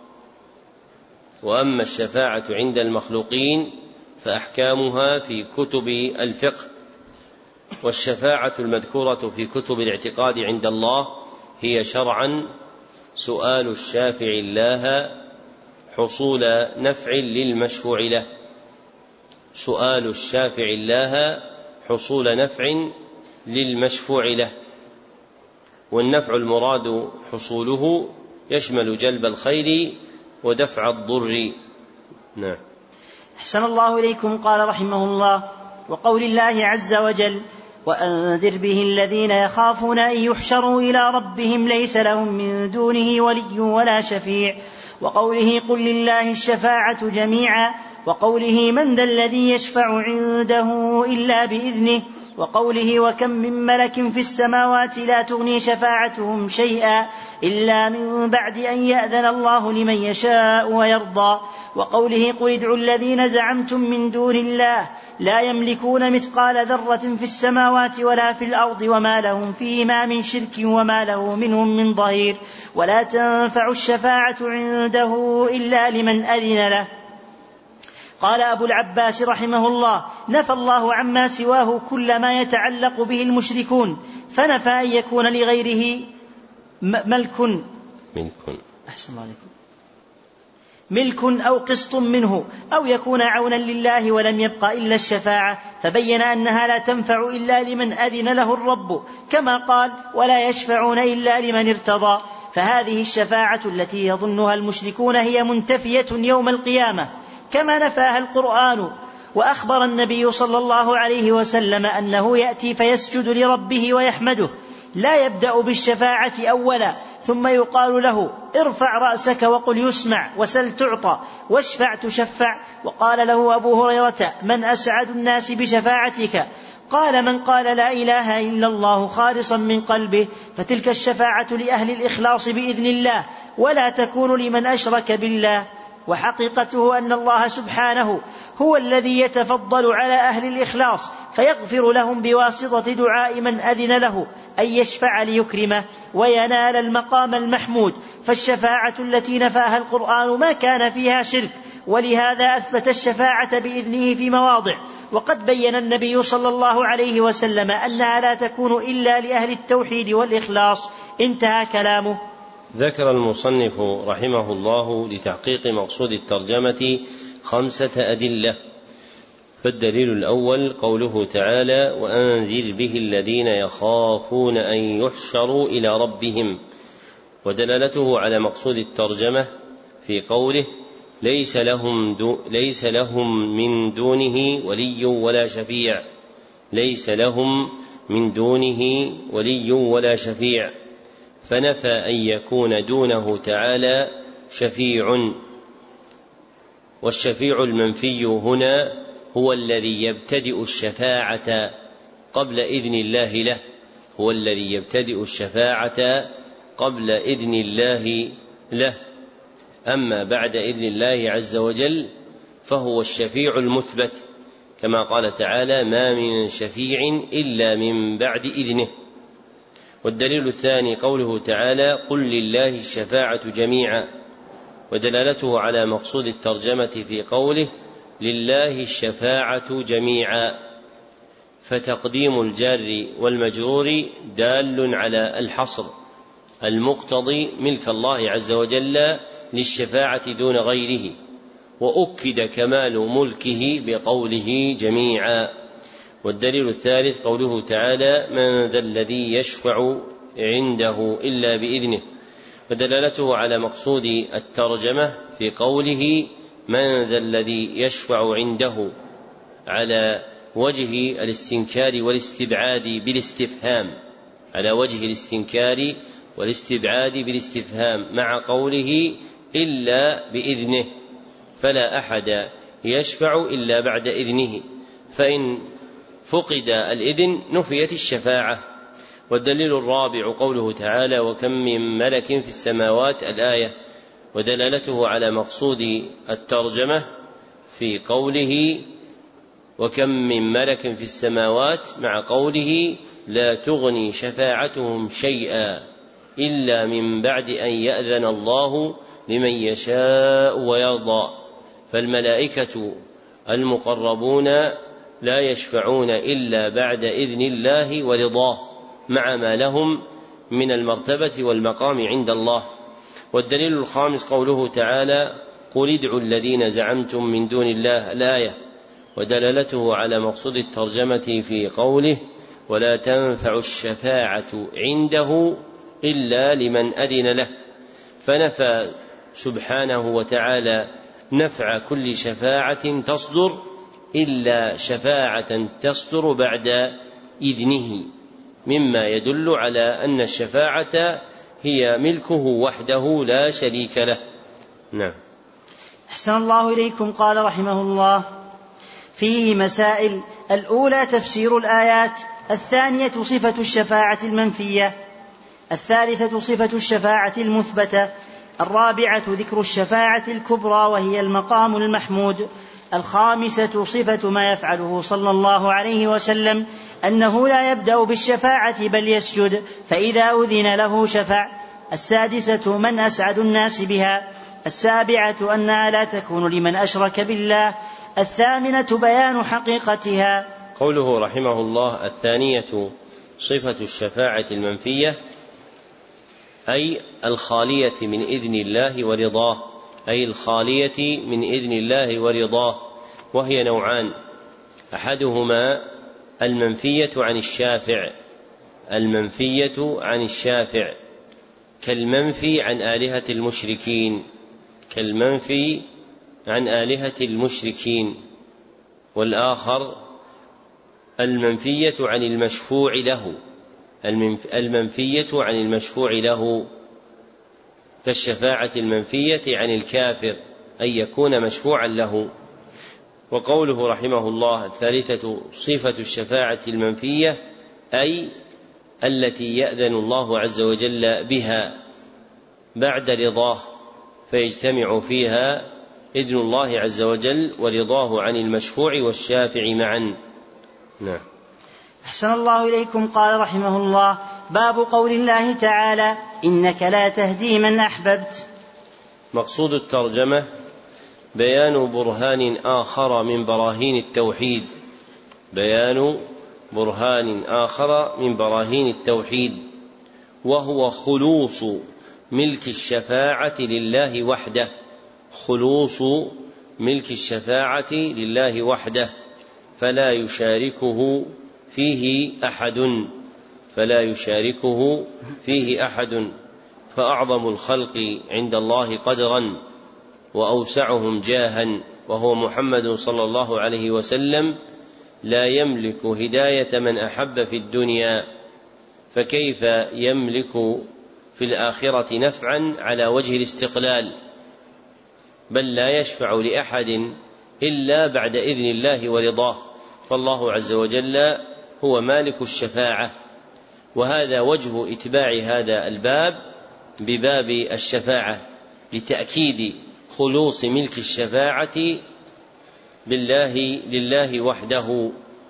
وأما الشفاعة عند المخلوقين فأحكامها في كتب الفقه. والشفاعة المذكورة في كتب الاعتقاد عند الله هي شرعا سؤال الشافع الله حصول نفع للمشفوع له، سؤال الشافع الله حصول نفع للمشفوع له. والنفع المراد حصوله يشمل جلب الخير ودفع الضر. نعم. أحسن الله إليكم. قال رحمه الله: وقول الله عز وجل: وأنذر به الذين يخافون أن يحشروا إلى ربهم ليس لهم من دونه ولي ولا شفيع. وقوله: قل لله الشفاعة جميعا. وقوله: من ذا الذي يشفع عنده إلا بإذنه. وقوله: وكم من ملك في السماوات لا تغني شفاعتهم شيئا إلا من بعد أن يأذن الله لمن يشاء ويرضى. وقوله: قل ادعوا الذين زعمتم من دون الله لا يملكون مثقال ذرة في السماوات ولا في الأرض وما لهم فيهما من شرك وما له منهم من ظهير ولا تنفع الشفاعة عنده إلا لمن أذن له. قال أبو العباس رحمه الله: نفى الله عما سواه كل ما يتعلق به المشركون، فنفى أن يكون لغيره ملك أو قسط منه أو يكون عونا لله، ولم يبق إلا الشفاعة، فبين أنها لا تنفع إلا لمن أذن له الرب، كما قال: ولا يشفعون إلا لمن ارتضى. فهذه الشفاعة التي يظنها المشركون هي منتفية يوم القيامة كما نفاها القرآن. وأخبر النبي صلى الله عليه وسلم أنه يأتي فيسجد لربه ويحمده، لا يبدأ بالشفاعة أولا، ثم يقال له: ارفع رأسك وقل يسمع، وسل تعطى، واشفع تشفع. وقال له أبو هريرة: من أسعد الناس بشفاعتك؟ قال: من قال لا إله إلا الله خالصا من قلبه، فتلك الشفاعة لأهل الإخلاص بإذن الله، ولا تكون لمن أشرك بالله. وحقيقته أن الله سبحانه هو الذي يتفضل على أهل الإخلاص فيغفر لهم بواسطة دعاء من أذن له أن يشفع ليكرمه وينال المقام المحمود. فالشفاعة التي نفاها القرآن ما كان فيها شرك، ولهذا أثبت الشفاعة بإذنه في مواضع. وقد بين النبي صلى الله عليه وسلم أنها لا تكون إلا لأهل التوحيد والإخلاص. انتهى كلامه. ذكر المصنف رحمه الله لتحقيق مقصود الترجمة 5 أدلة. فالدليل الأول قوله تعالى: وأنذر به الذين يخافون أن يحشروا إلى ربهم، ودلالته على مقصود الترجمة في قوله: ليس لهم من دونه ولي ولا شفيع. ليس لهم من دونه ولي ولا شفيع، فنفى أن يكون دونه تعالى شفيع. والشفيع المنفي هنا هو الذي يبتدئ الشفاعة قبل إذن الله له، هو الذي يبتدئ الشفاعة قبل إذن الله له. أما بعد إذن الله عز وجل فهو الشفيع المثبت، كما قال تعالى: ما من شفيع إلا من بعد إذنه. والدليل الثاني قوله تعالى: قل لله الشفاعة جميعا، ودلالته على مقصود الترجمة في قوله: لله الشفاعة جميعا، فتقديم الجار والمجرور دال على الحصر المقتضي ملك الله عز وجل للشفاعة دون غيره، وأكد كمال ملكه بقوله جميعا. والدليل الثالث قوله تعالى: من ذا الذي يشفع عنده إلا بإذنه، ودلالته على مقصود الترجمة في قوله: من ذا الذي يشفع عنده، على وجه الاستنكار والاستبعاد بالاستفهام، على وجه الاستنكار والاستبعاد بالاستفهام، مع قوله: إلا بإذنه، فلا أحد يشفع إلا بعد إذنه، فإن فقد الإذن نفيت الشفاعة. والدليل الرابع قوله تعالى: وكم من ملك في السماوات، الآية، ودلالته على مقصود الترجمة في قوله: وكم من ملك في السماوات، مع قوله: لا تغني شفاعتهم شيئا إلا من بعد أن يأذن الله لمن يشاء ويرضى. فالملائكة المقربون لا يشفعون إلا بعد إذن الله ورضاه، مع ما لهم من المرتبة والمقام عند الله. والدليل الخامس قوله تعالى: قل ادعوا الذين زعمتم من دون الله، الآية، ودلالته على مقصود الترجمة في قوله: ولا تنفع الشفاعة عنده إلا لمن أذن له، فنفى سبحانه وتعالى نفع كل شفاعة تصدر إلا شفاعة تصدر بعد إذنه، مما يدل على أن الشفاعة هي ملكه وحده لا شريك له. نعم. أحسن الله إليكم. قال رحمه الله: فيه مسائل: الأولى تفسير الآيات، الثانية صفة الشفاعة المنفية، الثالثة صفة الشفاعة المثبتة، الرابعة ذكر الشفاعة الكبرى وهي المقام المحمود، الخامسة صفة ما يفعله صلى الله عليه وسلم أنه لا يبدأ بالشفاعة بل يسجد فإذا أذن له شفع، السادسة من أسعد الناس بها، السابعة أنها لا تكون لمن أشرك بالله، الثامنة بيان حقيقتها. قوله رحمه الله: الثانية صفة الشفاعة المنفية، أي الخالية من إذن الله ورضاه، أي الخالية من إذن الله ورضاه، وهي نوعان: أحدهما المنفية عن الشافع، المنفية عن الشافع كالمنفي عن آلهة المشركين، كالمنفي عن آلهة المشركين، والآخر المنفية عن المشفوع له، المنفية عن المشفوع له كالشفاعة المنفية عن الكافر أن يكون مشفوعا له. وقوله رحمه الله: الثالثة صفة الشفاعة المنفية، أي التي يأذن الله عز وجل بها بعد رضاه، فيجتمع فيها إذن الله عز وجل ورضاه عن المشفوع والشافع معا. نعم. أحسن الله إليكم. قال رحمه الله: باب قول الله تعالى: إنك لا تهدي من أحببت. مقصود الترجمة بيان برهان آخر من براهين التوحيد، بيان برهان آخر من براهين التوحيد، وهو خلوص ملك الشفاعة لله وحده، خلوص ملك الشفاعة لله وحده، فلا يشاركه فيه أحد، فلا يشاركه فيه أحد، فأعظم الخلق عند الله قدرا وأوسعهم جاها وهو محمد صلى الله عليه وسلم لا يملك هداية من أحب في الدنيا، فكيف يملك في الآخرة نفعا على وجه الاستقلال؟ بل لا يشفع لأحد إلا بعد إذن الله ورضاه، فالله عز وجل هو مالك الشفاعة. وهذا وجه إتباع هذا الباب بباب الشفاعة، لتأكيد خلوص ملك الشفاعة لله وحده.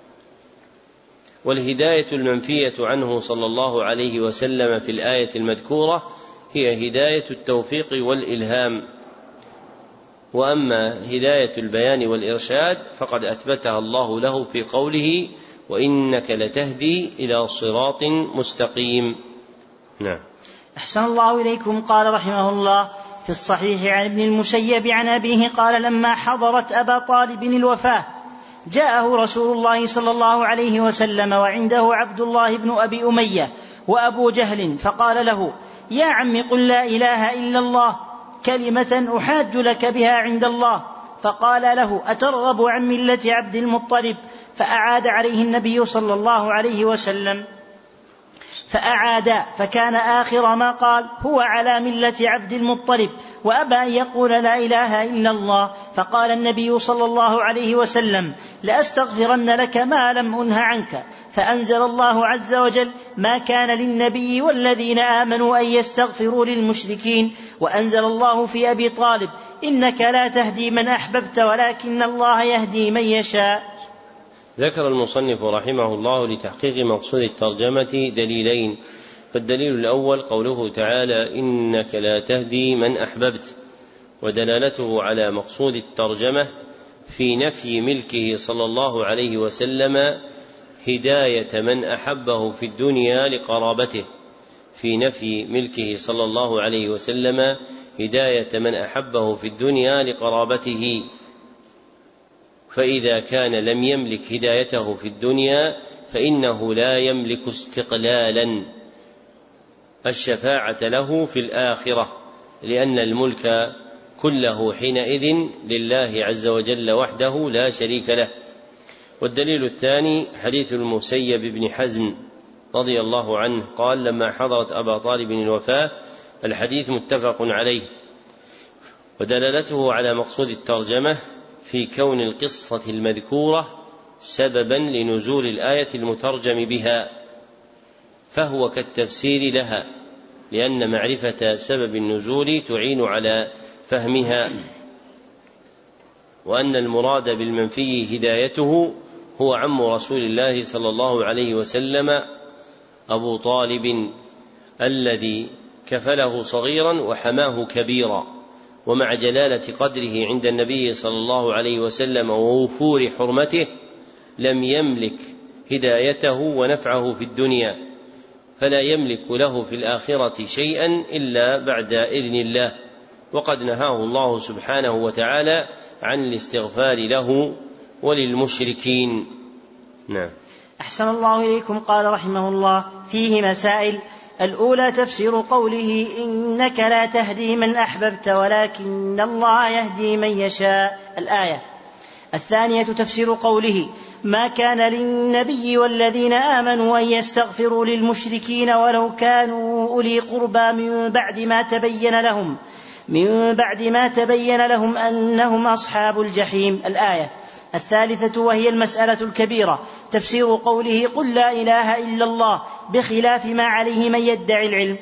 والهداية المنفية عنه صلى الله عليه وسلم في الآية المذكورة هي هداية التوفيق والإلهام، وأما هداية البيان والإرشاد فقد أثبتها الله له في قوله: وإنك لتهدي إلى صراط مستقيم. نعم. أحسن الله إليكم. قال رحمه الله: في الصحيح عن ابن المسيب عن أبيه قال: لما حضرت أبا طالب الوفاة جاءه رسول الله صلى الله عليه وسلم وعنده عبد الله بن أبي أمية وأبو جهل، فقال له: يا عم قل لا إله إلا الله كلمة أحاج لك بها عند الله. فقال له: أترغب عن ملة عبد المطلب؟ فأعاد عليه النبي صلى الله عليه وسلم، فأعاد، فكان آخر ما قال: هو على ملة عبد المطلب، وأبى أن يقول لا إله إلا الله. فقال النبي صلى الله عليه وسلم: لأستغفرن لك ما لم أنه عنك. فأنزل الله عز وجل: ما كان للنبي والذين آمنوا أن يستغفروا للمشركين. وأنزل الله في أبي طالب: إنك لا تهدي من أحببت ولكن الله يهدي من يشاء. ذكر المصنف رحمه الله لتحقيق مقصود الترجمة دليلين. فالدليل الأول قوله تعالى: إنك لا تهدي من أحببت، ودلالته على مقصود الترجمة في نفي ملكه صلى الله عليه وسلم هداية من أحبه في الدنيا لقرابته، في نفي ملكه صلى الله عليه وسلم هداية من أحبه في الدنيا لقرابته، فإذا كان لم يملك هدايته في الدنيا فإنه لا يملك استقلالا، الشفاعة له في الآخرة، لأن الملك كله حينئذ لله عز وجل وحده لا شريك له. والدليل الثاني حديث المسيب بن حزن رضي الله عنه قال: لما حضرت أبا طالب الوفاة. الحديث متفق عليه، ودلالته على مقصود الترجمة في كون القصة المذكورة سببا لنزول الآية المترجم بها، فهو كالتفسير لها، لأن معرفة سبب النزول تعين على فهمها، وأن المراد بالمنفي هدايته هو عم رسول الله صلى الله عليه وسلم أبو طالب الذي كفله صغيرا وحماه كبيرا، ومع جلالة قدره عند النبي صلى الله عليه وسلم ووفور حرمته لم يملك هدايته ونفعه في الدنيا، فلا يملك له في الآخرة شيئا إلا بعد إذن الله، وقد نهاه الله سبحانه وتعالى عن الاستغفار له وللمشركين. نعم. أحسن الله إليكم. قال رحمه الله: فيه مسائل. الأولى تفسير قوله: إنك لا تهدي من أحببت ولكن الله يهدي من يشاء، الآية. الثانية تفسير قوله: ما كان للنبي والذين آمنوا أن يستغفروا للمشركين ولو كانوا أولي قربى من بعد ما تبين لهم أنهم أصحاب الجحيم، الآية. الثالثة وهي المسألة الكبيرة تفسير قوله: قل لا إله إلا الله، بخلاف ما عليه من يدعي العلم.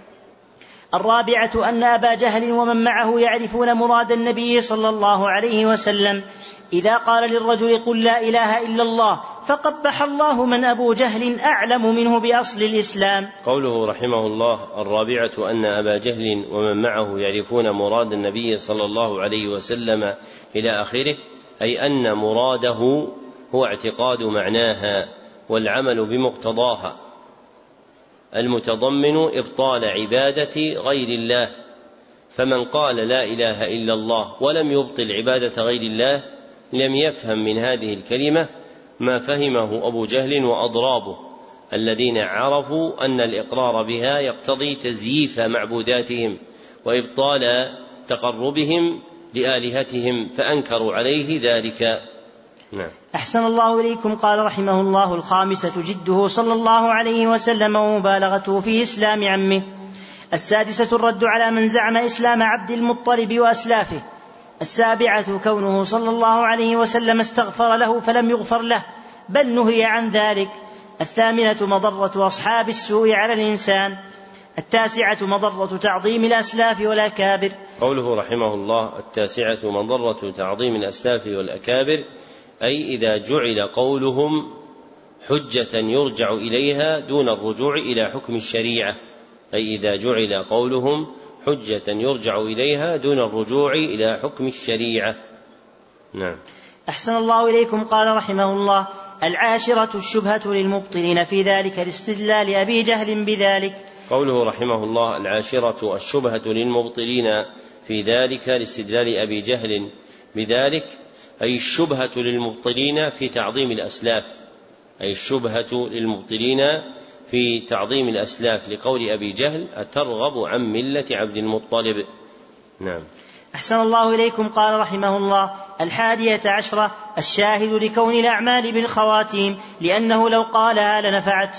الرابعة أن أبا جهل ومن معه يعرفون مراد النبي صلى الله عليه وسلم إذا قال للرجل: قل لا إله إلا الله، فقبح الله من أبو جهل أعلم منه بأصل الإسلام. قوله رحمه الله: الرابعة أن أبا جهل ومن معه يعرفون مراد النبي صلى الله عليه وسلم إلى آخره، أي أن مراده هو اعتقاد معناها والعمل بمقتضاها، المتضمن إبطال عبادة غير الله. فمن قال لا إله إلا الله ولم يبطل عبادة غير الله لم يفهم من هذه الكلمة ما فهمه أبو جهل وأضرابه، الذين عرفوا أن الإقرار بها يقتضي تزييف معبوداتهم وإبطال تقربهم لآلهتهم، فأنكروا عليه ذلك. نعم. أحسن الله إليكم. قال رحمه الله: الخامسة جده صلى الله عليه وسلم ومبالغته في إسلام عمه. السادسة الرد على من زعم إسلام عبد المطلب وأسلافه. السابعة كونه صلى الله عليه وسلم استغفر له فلم يغفر له، بل نهي عن ذلك. الثامنة مضرة أصحاب السوء على الإنسان. التاسعة مضرة تعظيم الأسلاف والأكابر. قوله رحمه الله: التاسعة مضرة تعظيم الأسلاف والأكابر، أي إذا جعل قولهم حجة يرجع إليها دون الرجوع إلى حكم الشريعة، أي إذا جعل قولهم حجة يرجع إليها دون الرجوع إلى حكم الشريعة. نعم. أحسن الله إليكم. قال رحمه الله: العاشرة الشبهة للمبطلين في ذلك لاستدلال أبي جهل بذلك. قوله رحمه الله: العاشرة الشبهة للمبطلين في ذلك لاستدلال أبي جهل بذلك، أي الشبهة للمبطلين في تعظيم الأسلاف، أي الشبهة للمبطلين في تعظيم الأسلاف، لقول أبي جهل: أترغب عن ملة عبد المطلب. نعم. أحسن الله إليكم. قال رحمه الله: 11 الشاهد لكون الأعمال بالخواتيم، لأنه لو قالها لنفعت.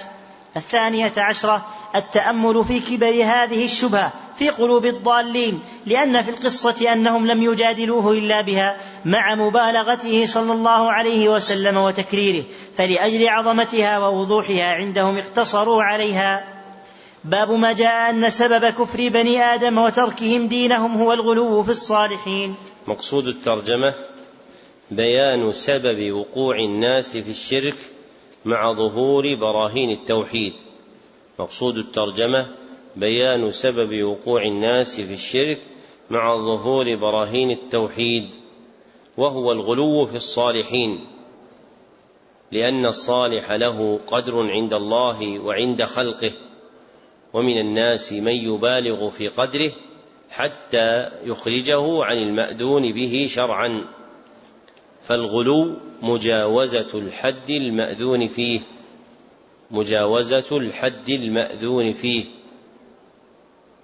12 التأمل في كبر هذه الشبهة في قلوب الضالين، لأن في القصة أنهم لم يجادلوه إلا بها مع مبالغته صلى الله عليه وسلم وتكريره، فلأجل عظمتها ووضوحها عندهم اقتصروا عليها. باب ما جاء أن سبب كفر بني آدم وتركهم دينهم هو الغلو في الصالحين. مقصود الترجمة بيان سبب وقوع الناس في الشرك مع ظهور براهين التوحيد. مقصود الترجمة بيان سبب وقوع الناس في الشرك مع ظهور براهين التوحيد، وهو الغلو في الصالحين، لأن الصالح له قدر عند الله وعند خلقه، ومن الناس من يبالغ في قدره حتى يخرجه عن المأذون به شرعا، فالغلو مجاوزة الحد المأذون فيه، مجاوزة الحد المأذون فيه،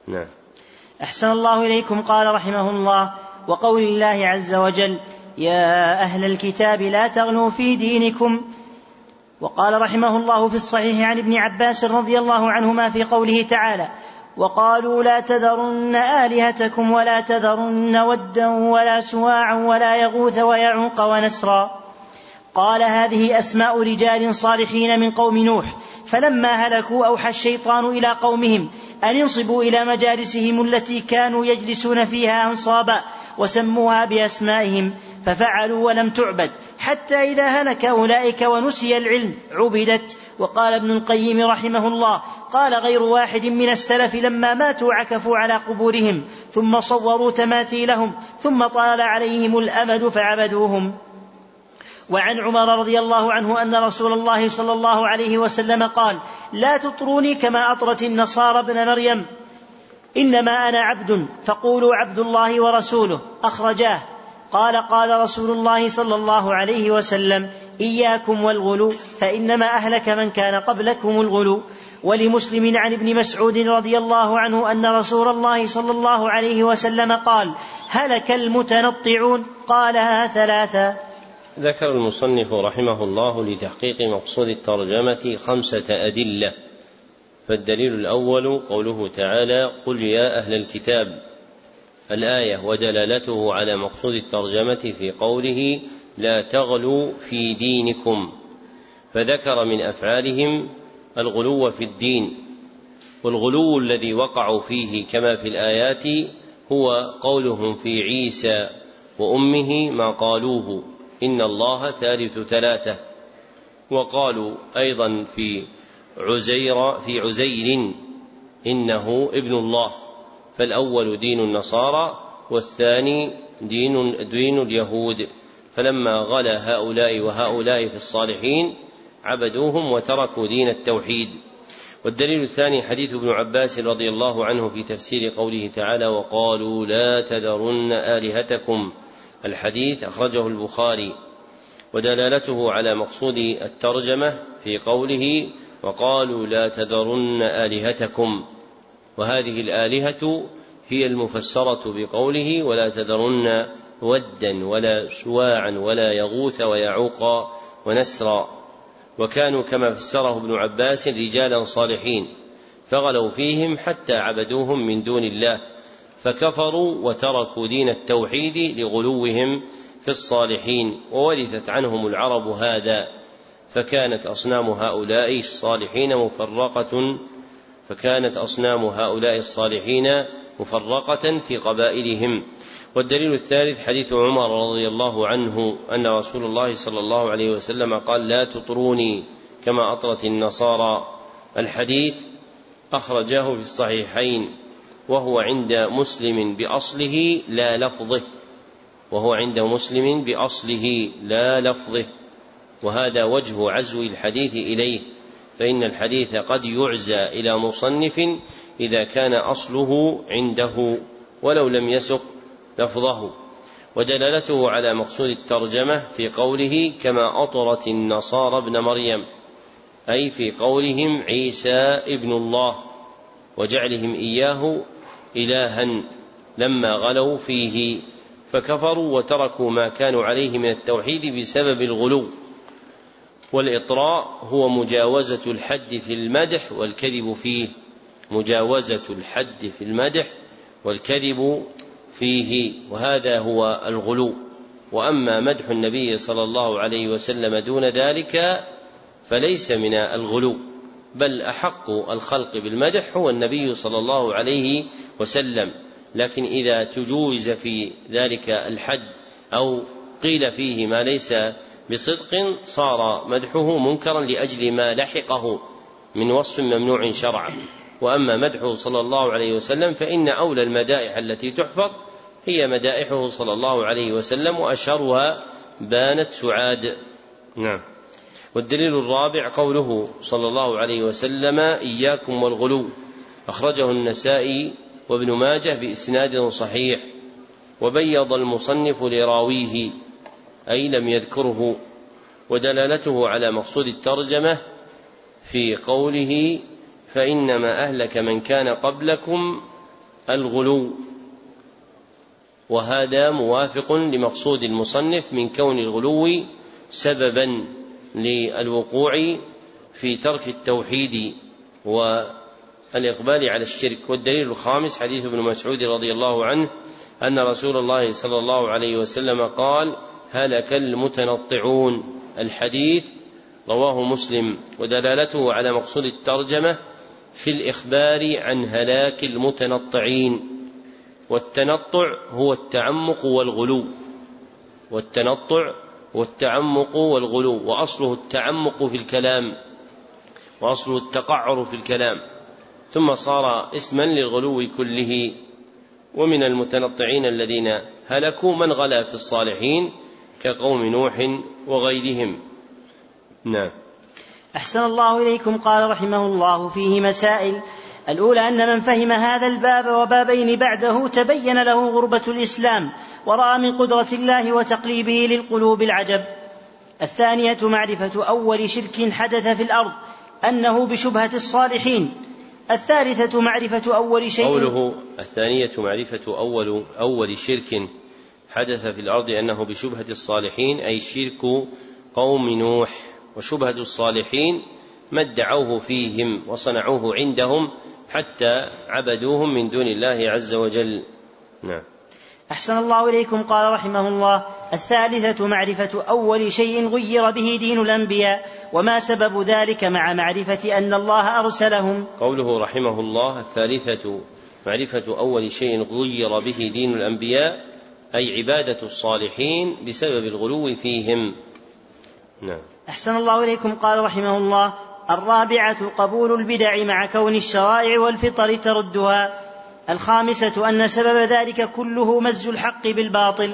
نعم. أحسن الله إليكم. قال رحمه الله: وقول الله عز وجل: يا أهل الكتاب لا تغلوا في دينكم. وقال رحمه الله في الصحيح عن ابن عباس رضي الله عنهما في قوله تعالى: وقالوا لا تذرن آلهتكم ولا تذرن ودا ولا سواعا ولا يغوث ويعوق ونسرا. قال: هذه أسماء رجال صالحين من قوم نوح، فلما هلكوا أوحى الشيطان إلى قومهم أن ينصبوا إلى مجالسهم التي كانوا يجلسون فيها أنصابا، وسموها بأسمائهم، ففعلوا ولم تعبد، حتى إذا هلك أولئك ونسي العلم عبدت. وقال ابن القيم رحمه الله: قال غير واحد من السلف لما ماتوا عكفوا على قبورهم ثم صوروا تماثيلهم ثم طال عليهم الأمد فعبدوهم. وعن عمر رضي الله عنه أن رسول الله صلى الله عليه وسلم قال: لا تطروني كما أطرت النصارى ابن مريم، إنما أنا عبد فقولوا عبد الله ورسوله. أخرجاه. قال: قال رسول الله صلى الله عليه وسلم: إياكم والغلو فإنما أهلك من كان قبلكم الغلو. ولمسلم عن ابن مسعود رضي الله عنه أن رسول الله صلى الله عليه وسلم قال: هلك المتنطعون. قالها ثلاثا. ذكر المصنف رحمه الله لتحقيق مقصود الترجمة 5 أدلة. فالدليل الأول قوله تعالى: قل يا أهل الكتاب، الآية ودلالته على مقصود الترجمة في قوله لا تغلوا في دينكم، فذكر من أفعالهم الغلو في الدين، والغلو الذي وقعوا فيه كما في الآيات هو قولهم في عيسى وأمه ما قالوه إن الله ثالث ثلاثة، وقالوا أيضا في عزير إنه ابن الله. فالأول دين النصارى والثاني دين اليهود، فلما غلا هؤلاء وهؤلاء في الصالحين عبدوهم وتركوا دين التوحيد. والدليل الثاني حديث ابن عباس رضي الله عنه في تفسير قوله تعالى: وقالوا لا تذرن آلهتكم، الحديث أخرجه البخاري، ودلالته على مقصود الترجمة في قوله وقالوا لا تذرن آلهتكم، وهذه الآلهة هي المفسرة بقوله ولا تذرن ودا ولا سواعا ولا يغوث ويعوق ونسرا. وكانوا كما فسره ابن عباس رجالا صالحين فغلوا فيهم حتى عبدوهم من دون الله، فكفروا وتركوا دين التوحيد لغلوهم في الصالحين، وورثت عنهم العرب هذا، فكانت أصنام هؤلاء الصالحين مفرقة في قبائلهم. والدليل الثالث حديث عمر رضي الله عنه أن رسول الله صلى الله عليه وسلم قال: لا تطروني كما أطرت النصارى، الحديث أخرجاه في الصحيحين، وهو عند مسلم بأصله لا لفظه، وهذا وجه عزو الحديث إليه، فإن الحديث قد يعزى إلى مصنف إذا كان أصله عنده ولو لم يسق لفظه. ودلالته على مقصود الترجمة في قوله كما أطرت النصارى ابن مريم، أي في قولهم عيسى ابن الله وجعلهم إياه إلها لما غلوا فيه، فكفروا وتركوا ما كانوا عليه من التوحيد بسبب الغلو. والإطراء هو مجاوزة الحد في المدح والكذب فيه، وهذا هو الغلو. وأما مدح النبي صلى الله عليه وسلم دون ذلك فليس من الغلو، بل أحق الخلق بالمدح هو النبي صلى الله عليه وسلم، لكن إذا تجوز في ذلك الحد أو قيل فيه ما ليس بصدق صار مدحه منكرا لأجل ما لحقه من وصف ممنوع شرعا. وأما مدحه صلى الله عليه وسلم فإن أولى المدائح التي تحفظ هي مدائحه صلى الله عليه وسلم، وأشهرها بانت سعاد. نعم. والدليل الرابع قوله صلى الله عليه وسلم إياكم والغلو، أخرجه النسائي وابن ماجه بإسناد صحيح، وبيض المصنف لراويه أي لم يذكره. ودلالته على مقصود الترجمة في قوله فإنما أهلك من كان قبلكم الغلو، وهذا موافق لمقصود المصنف من كون الغلو سببا للوقوع في ترك التوحيد والإقبال على الشرك. والدليل الخامس حديث ابن مسعود رضي الله عنه أن رسول الله صلى الله عليه وسلم قال: هلك المتنطعون. الحديث رواه مسلم، ودلالته على مقصود الترجمة في الإخبار عن هلاك المتنطعين. والتنطع هو التعمق والغلو، والتنطع والتعمق والغلو، وأصله التعمق في الكلام، وأصله التقعر في الكلام، ثم صار اسما للغلو كله. ومن المتنطعين الذين هلكوا من غلا في الصالحين كقوم نوح وغيرهم. نعم. أحسن الله إليكم. قال رحمه الله: فيه مسائل. الأولى أن من فهم هذا الباب وبابين بعده تبين له غربة الإسلام، ورأى من قدرة الله وتقليبه للقلوب العجب. الثانية معرفة أول شرك حدث في الأرض أنه بشبهة الصالحين. الثالثة معرفة أول شيء. قوله الثانية معرفة أول شرك حدث في الأرض أنه بشبهة الصالحين، أي شرك قوم نوح. وشبهة الصالحين ما ادعوه فيهم وصنعوه عندهم حتى عبدوهم من دون الله عز وجل. نعم. أحسن الله إليكم. قال رحمه الله: الثالثة معرفة أول شيء غير به دين الأنبياء وما سبب ذلك مع معرفة أن الله أرسلهم. قوله رحمه الله: الثالثة معرفة أول شيء غير به دين الأنبياء، أي عبادة الصالحين بسبب الغلو فيهم. نعم. أحسن الله إليكم. قال رحمه الله: الرابعة قبول البدع مع كون الشرائع والفطر تردها. الخامسة أن سبب ذلك كله مزج الحق بالباطل.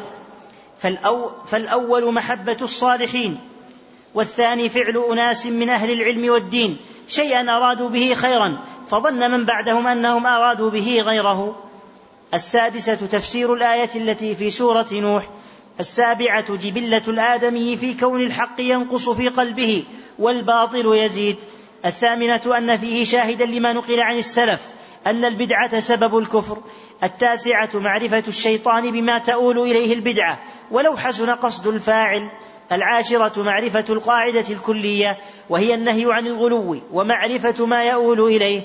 فالأول محبة الصالحين، والثاني فعل أناس من أهل العلم والدين شيئا أرادوا به خيرا فظن من بعدهم أنهم أرادوا به غيره. السادسة تفسير الآية التي في سورة نوح. السابعة جبلة الآدمي في كون الحق ينقص في قلبه والباطل يزيد. الثامنة أن فيه شاهدا لما نقل عن السلف أن البدعة سبب الكفر. التاسعة معرفة الشيطان بما تؤول إليه البدعة ولو حسن قصد الفاعل. العاشرة معرفة القاعدة الكلية وهي النهي عن الغلو ومعرفة ما يؤول إليه.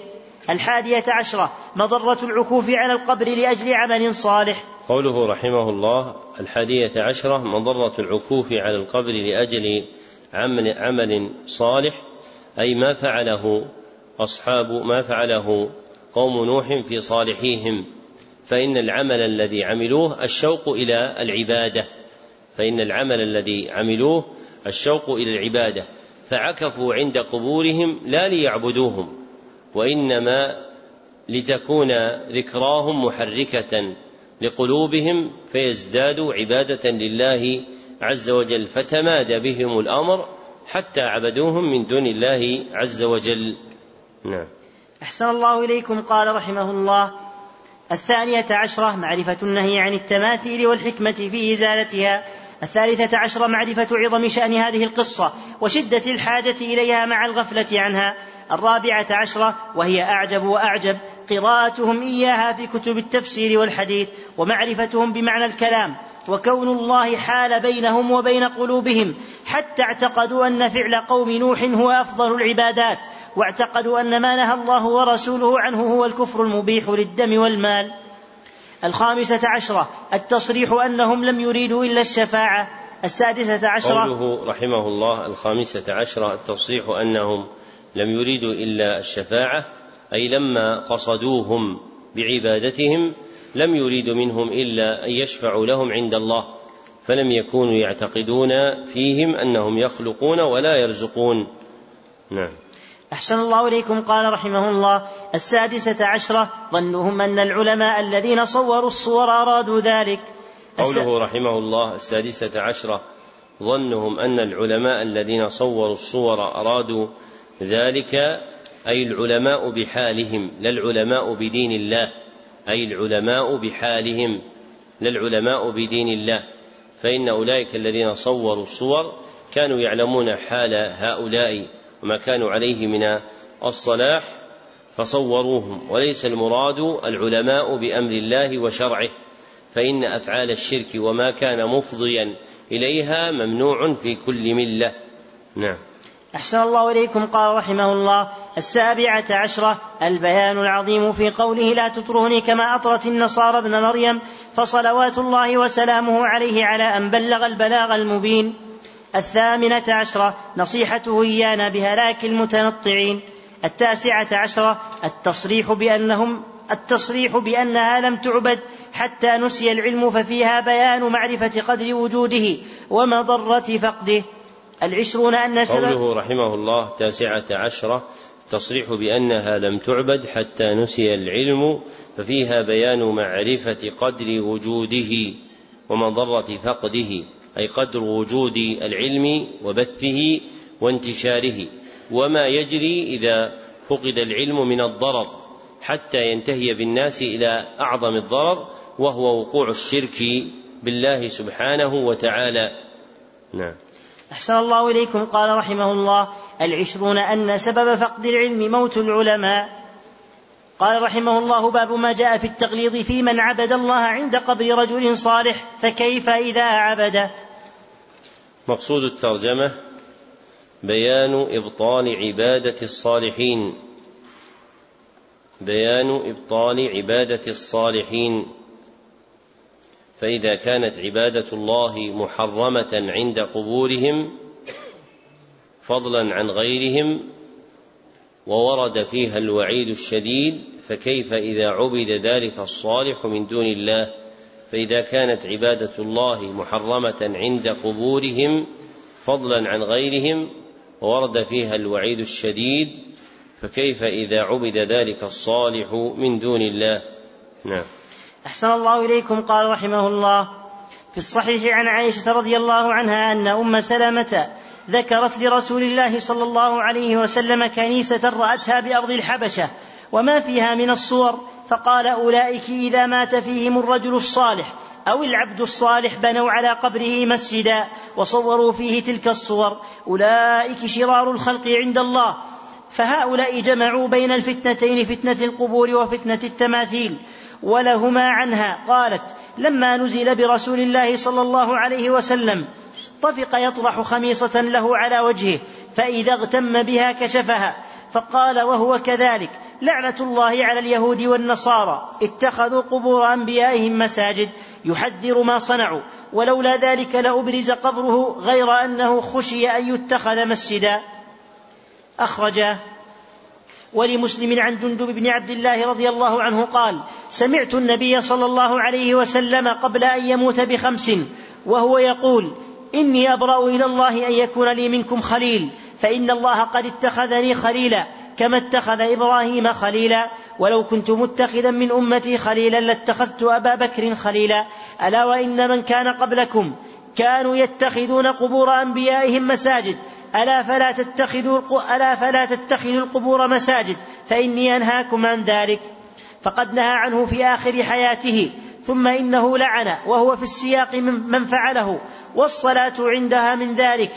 11 مضرة العكوف على القبر لأجل عمل صالح. قوله رحمه الله: 11 مضرة العكوف على القبر لأجل عمل صالح، أي ما فعله قوم نوح في صالحيهم، فإن العمل الذي عملوه الشوق إلى العبادة فعكفوا عند قبورهم لا ليعبدوهم، وإنما لتكون ذكراهم محركة لقلوبهم فيزدادوا عبادة لله عز وجل، فتمادى بهم الأمر حتى عبدوهم من دون الله عز وجل. نعم. أحسن الله إليكم. قال رحمه الله: 12 معرفة النهي عن التماثيل والحكمة في إزالتها. 13 معرفة عظم شأن هذه القصة وشدة الحاجة إليها مع الغفلة عنها. 14 وهي أعجب وأعجب قراءتهم إياها في كتب التفسير والحديث ومعرفتهم بمعنى الكلام، وكون الله حال بينهم وبين قلوبهم حتى اعتقدوا أن فعل قوم نوح هو أفضل العبادات، واعتقدوا أن ما نهى الله ورسوله عنه هو الكفر المبيح للدم والمال. 15 التصريح أنهم لم يريدوا إلا الشفاعة. 16 قوله رحمه الله: 15 التصريح أنهم لم يريدوا إلا الشفاعة، أي لما قصدوهم بعبادتهم لم يريدوا منهم إلا أن يشفعوا لهم عند الله، فلم يكونوا يعتقدون فيهم أنهم يخلقون ولا يرزقون. نعم. أحسن الله إليكم. قال رحمه الله: 16 ظنهم أن العلماء الذين صوروا الصور أرادوا ذلك. قوله رحمه الله: 16 ظنهم أن العلماء الذين صوروا الصور أرادوا ذلك، أي العلماء بحالهم لا العلماء بدين الله، أي العلماء بحالهم لا العلماء بدين الله، فإن أولئك الذين صوروا الصور كانوا يعلمون حال هؤلاء وما كانوا عليه من الصلاح، فصوروهم، وليس المراد العلماء بأمر الله وشرعه، فإن أفعال الشرك وما كان مفضيا إليها ممنوع في كل ملة. نعم. أحسن الله إليكم. قال رحمه الله: 17 البيان العظيم في قوله: لا تطروني كما أطرت النصارى ابن مريم، فصلوات الله وسلامه عليه على أن بلغ البلاغ المبين. 18 نصيحته إيانا بهلاك المتنطعين. 19 التصريح بأنها لم تعبد حتى نسي العلم، ففيها بيان معرفة قدر وجوده ومضرة فقده. 20 أن سبب قوله رحمه الله 19 تصريح بأنها لم تعبد حتى نسي العلم، ففيها بيان معرفة قدر وجوده ومضرة فقده، أي قدر وجود العلم وبثه وانتشاره، وما يجري إذا فقد العلم من الضرر حتى ينتهي بالناس إلى أعظم الضرر، وهو وقوع الشرك بالله سبحانه وتعالى. نعم. أحسن الله إليكم. قال رحمه الله: 20 أن سبب فقد العلم موت العلماء. قال رحمه الله: باب ما جاء في التغليظ في من عبد الله عند قبر رجل صالح، فكيف إذا عبده. مقصود الترجمة بيان إبطال عبادة الصالحين، بيان إبطال عبادة الصالحين. فإذا كانت عبادة الله محرمة عند قبورهم فضلا عن غيرهم وورد فيها الوعيد الشديد، فكيف إذا عبد ذلك الصالح من دون الله؟ فإذا كانت عبادة الله محرمة عند قبورهم فضلا عن غيرهم وورد فيها الوعيد الشديد، فكيف إذا عبد ذلك الصالح من دون الله؟ نعم. أحسن الله إليكم. قال رحمه الله: في الصحيح عن عائشة رضي الله عنها أن أم سلمة ذكرت لرسول الله صلى الله عليه وسلم كنيسة رأتها بأرض الحبشة وما فيها من الصور، فقال: أولئك إذا مات فيهم الرجل الصالح أو العبد الصالح بنوا على قبره مسجدا وصوروا فيه تلك الصور، أولئك شرار الخلق عند الله. فهؤلاء جمعوا بين الفتنتين، فتنة القبور وفتنة التماثيل، ولهما عنها. قالت: لما نزل برسول الله صلى الله عليه وسلم طفق يطرح خميصة له على وجهه، فإذا اغتم بها كشفها، فقال وهو كذلك: لعنة الله على اليهود والنصارى اتخذوا قبور أنبيائهم مساجد، يحذر ما صنعوا، ولولا ذلك لأبرز قبره غير أنه خشي أن يتخذ مسجدا. أخرجاه. ولمسلم عن جندب بن عبد الله رضي الله عنه قال: سمعت النبي صلى الله عليه وسلم قبل أن يموت ب5 وهو يقول: إني أبرأ إلى الله أن يكون لي منكم خليل، فإن الله قد اتخذني خليلا كما اتخذ إبراهيم خليلا، ولو كنت متخذا من أمتي خليلا لاتخذت أبا بكر خليلا. ألا وإن من كان قبلكم كانوا يتخذون قبور أنبيائهم مساجد، ألا فلا تتخذوا القبور مساجد، فإني أنهاكم عن ذلك. فقد نهى عنه في آخر حياته، ثم إنه لعن وهو في السياق من فعله، والصلاة عندها من ذلك،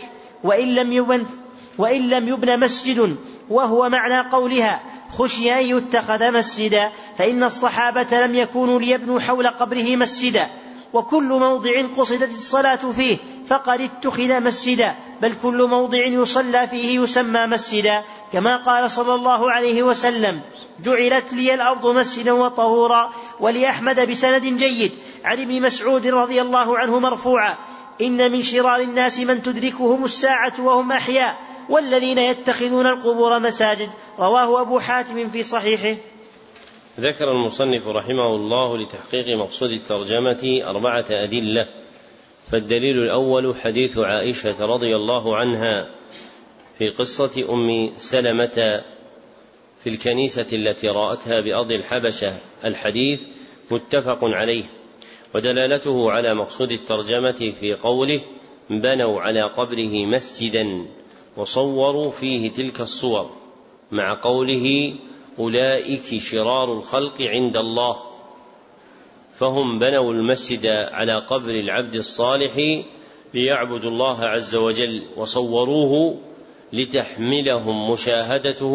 وإن لم يبن مسجد، وهو معنى قولها خشي أن يتخذ مسجدا، فإن الصحابة لم يكونوا ليبنوا حول قبره مسجدا، وكل موضع قصدت الصلاة فيه فقد اتخذ مسجدا، بل كل موضع يصلى فيه يسمى مسجدا، كما قال صلى الله عليه وسلم: جعلت لي الأرض مسجدا وطهورا. ولأحمد بسند جيد عن ابن مسعود رضي الله عنه مرفوعا: إن من شرار الناس من تدركهم الساعة وهم أحياء، والذين يتخذون القبور مساجد. رواه أبو حاتم في صحيحه. ذكر المصنف رحمه الله لتحقيق مقصود الترجمة 4 أدلة. فالدليل الأول حديث عائشة رضي الله عنها في قصة أم سلمة في الكنيسة التي رأتها بأرض الحبشة. الحديث متفق عليه، ودلالته على مقصود الترجمة في قوله: بنوا على قبره مسجدا وصوروا فيه تلك الصور، مع قوله: أولئك شرار الخلق عند الله. فهم بنوا المسجد على قبر العبد الصالح ليعبدوا الله عز وجل، وصوروه لتحملهم مشاهدته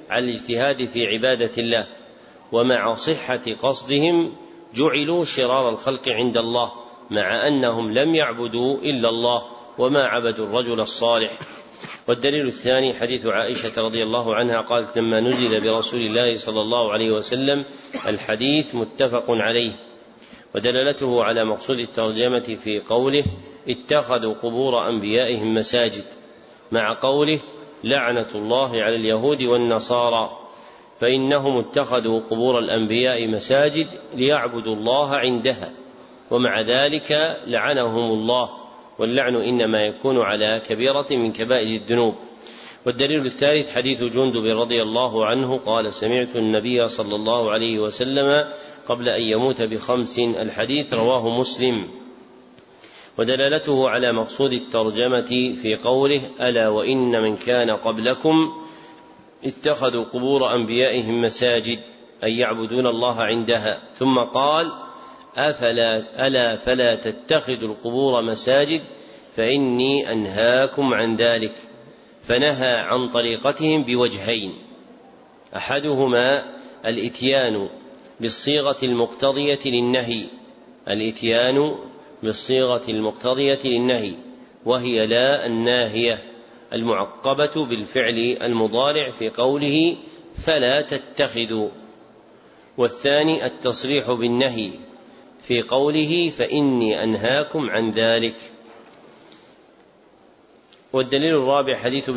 على الاجتهاد في عبادة الله، ومع صحة قصدهم جعلوا شرار الخلق عند الله، مع أنهم لم يعبدوا إلا الله وما عبدوا الرجل الصالح. والدليل الثاني حديث عائشة رضي الله عنها قالت: لما نزل برسول الله صلى الله عليه وسلم الحديث متفق عليه. ودلالته على مقصود الترجمة في قوله: اتخذوا قبور أنبيائهم مساجد، مع قوله: لعنة الله على اليهود والنصارى، فإنهم اتخذوا قبور الأنبياء مساجد ليعبدوا الله عندها، ومع ذلك لعنهم الله، واللعن إنما يكون على كبيرة من كبائر الذنوب. والدليل الثالث حديث جندب رضي الله عنه قال: سمعت النبي صلى الله عليه وسلم قبل أن يموت ب5، الحديث رواه مسلم. ودلالته على مقصود الترجمة في قوله: ألا وإن من كان قبلكم اتخذوا قبور أنبيائهم مساجد، أي يعبدون الله عندها. ثم قال: ألا فلا تتخذوا القبور مساجد فإني أنهاكم عن ذلك. فنهى عن طريقتهم بوجهين: أحدهما الإتيان بالصيغة المقتضية للنهي، وهي لا الناهية المعقبة بالفعل المضارع في قوله: فلا تتخذوا. والثاني التصريح بالنهي في قوله: فإني أنهاكم عن ذلك. والدليل الرابع حديث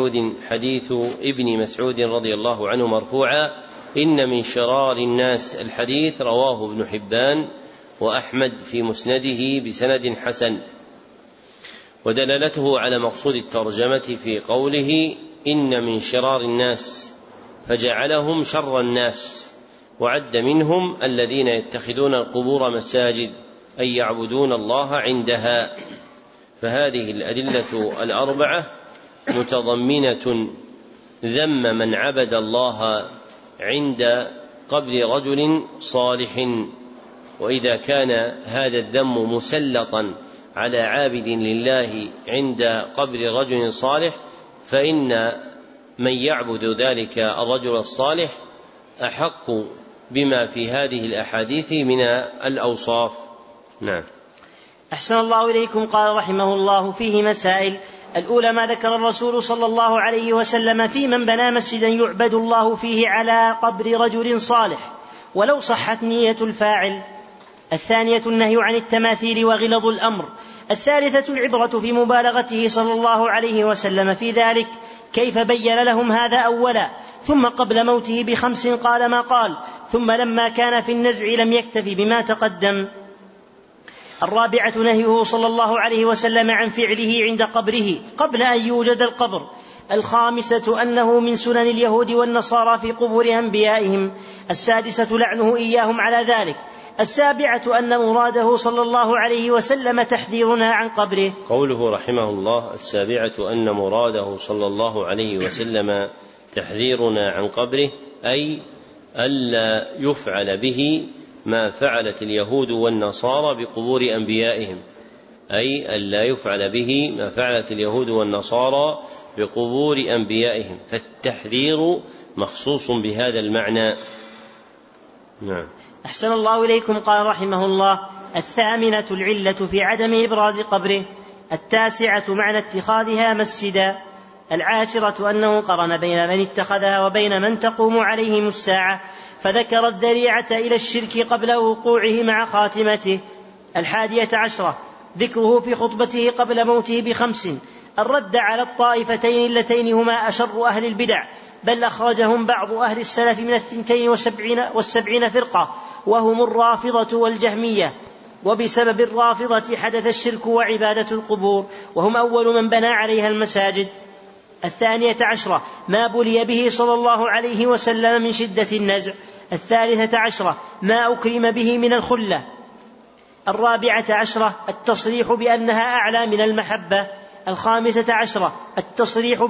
ابن مسعود رضي الله عنه مرفوعا: إن من شرار الناس، الحديث رواه ابن حبان وأحمد في مسنده بسند حسن. ودلالته على مقصود الترجمة في قوله: إن من شرار الناس، فجعلهم شر الناس، وعد منهم الذين يتخذون القبور مساجد، أي يعبدون الله عندها. فهذه الأدلة الأربعة متضمنة ذم من عبد الله عند قبر رجل صالح. وإذا كان هذا الذم مسلطا على عابد لله عند قبر رجل صالح، فإن من يعبد ذلك الرجل الصالح أحق بما في هذه الأحاديث من الأوصاف. نعم. أحسن الله إليكم. قال رحمه الله: فيه مسائل. الأولى ما ذكر الرسول صلى الله عليه وسلم في من بنى مسجدا يعبد الله فيه على قبر رجل صالح ولو صحت نية الفاعل. الثانية النهي عن التماثيل وغلظ الأمر. الثالثة العبرة في مبالغته صلى الله عليه وسلم في ذلك، كيف بين لهم هذا أولا، ثم قبل موته ب5 قال ما قال، ثم لما كان في النزع لم يكتف بما تقدم. الرابعة نهيه صلى الله عليه وسلم عن فعله عند قبره قبل أن يوجد القبر. الخامسة أنه من سنن اليهود والنصارى في قبور أنبيائهم. السادسة لعنه إياهم على ذلك. السابعة أن مراده صلى الله عليه وسلم تحذيرنا عن قبره. قوله رحمه الله: السابعة أن مراده صلى الله عليه وسلم تحذيرنا عن قبره، أي ألا يفعل به ما فعلت اليهود والنصارى بقبور أنبيائهم، بقبور أنبيائهم، فالتحذير مخصوص بهذا المعنى. نعم. أحسن الله إليكم. قال رحمه الله: الثامنة العلة في عدم إبراز قبره. التاسعة معنى اتخاذها مسجدا. العاشرة أنه قرن بين من اتخذها وبين من تقوم عليهم الساعة، فذكر الذريعة إلى الشرك قبل وقوعه مع خاتمته. 11 ذكره في خطبته قبل موته ب5 الرد على الطائفتين اللتين هما أشر أهل البدع، بل أخرجهم بعض أهل السلف من 72 فرقة، وهم الرافضة والجهمية، وبسبب الرافضة حدث الشرك وعبادة القبور، وهم أول من بنى عليها المساجد. 12 ما بلي به صلى الله عليه وسلم من شدة النزع. 13 ما أكرم به من الخلة. 14 التصريح بأنها أعلى من المحبة. 15 التصريح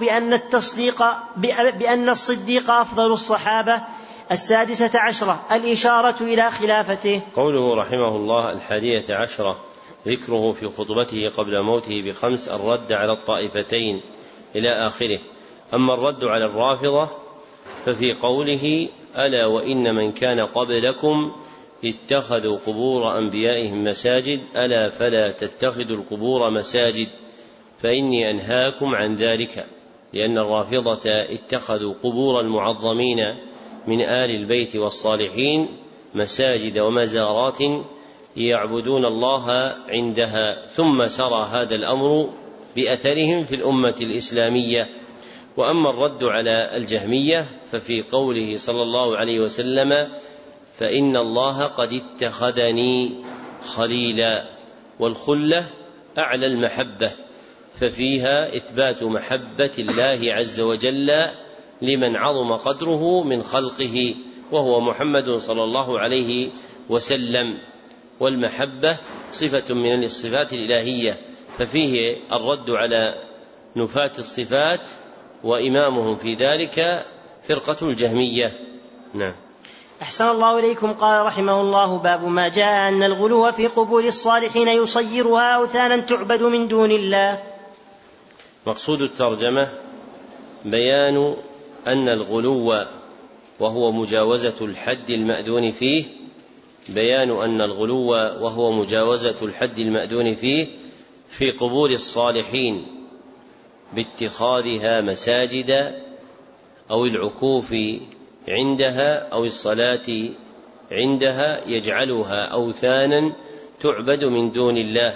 بأن الصديق أفضل الصحابة. 16 الإشارة إلى خلافته. قوله رحمه الله: 11 ذكره في خطبته قبل موته ب5 الرد على الطائفتين إلى آخره. أما الرد على الرافضة ففي قوله ألا وإن من كان قبلكم اتخذوا قبور أنبيائهم مساجد ألا فلا تتخذوا القبور مساجد فإني أنهاكم عن ذلك، لأن الرافضة اتخذوا قبور المعظمين من آل البيت والصالحين مساجد ومزارات يعبدون الله عندها، ثم سرى هذا الأمر بأثرهم في الأمة الإسلامية. وأما الرد على الجهمية ففي قوله صلى الله عليه وسلم فإن الله قد اتخذني خليلا، والخلة أعلى المحبة، ففيها إثبات محبة الله عز وجل لمن عظم قدره من خلقه وهو محمد صلى الله عليه وسلم، والمحبة صفة من الصفات الإلهية، ففيه الرد على نفاة الصفات، وإمامهم في ذلك فرقة الجهمية. نعم. أحسن الله إليكم. قال رحمه الله: باب ما جاء أن الغلو في قبور الصالحين يصيرها أوثانا تعبد من دون الله. مقصود الترجمة بيان أن الغلو وهو مجاوزة الحد المأذون فيه، بيان أن الغلو وهو مجاوزة الحد المأذون فيه في قبور الصالحين باتخاذها مساجد أو العكوف عندها أو الصلاة عندها يجعلها أوثانا تعبد من دون الله،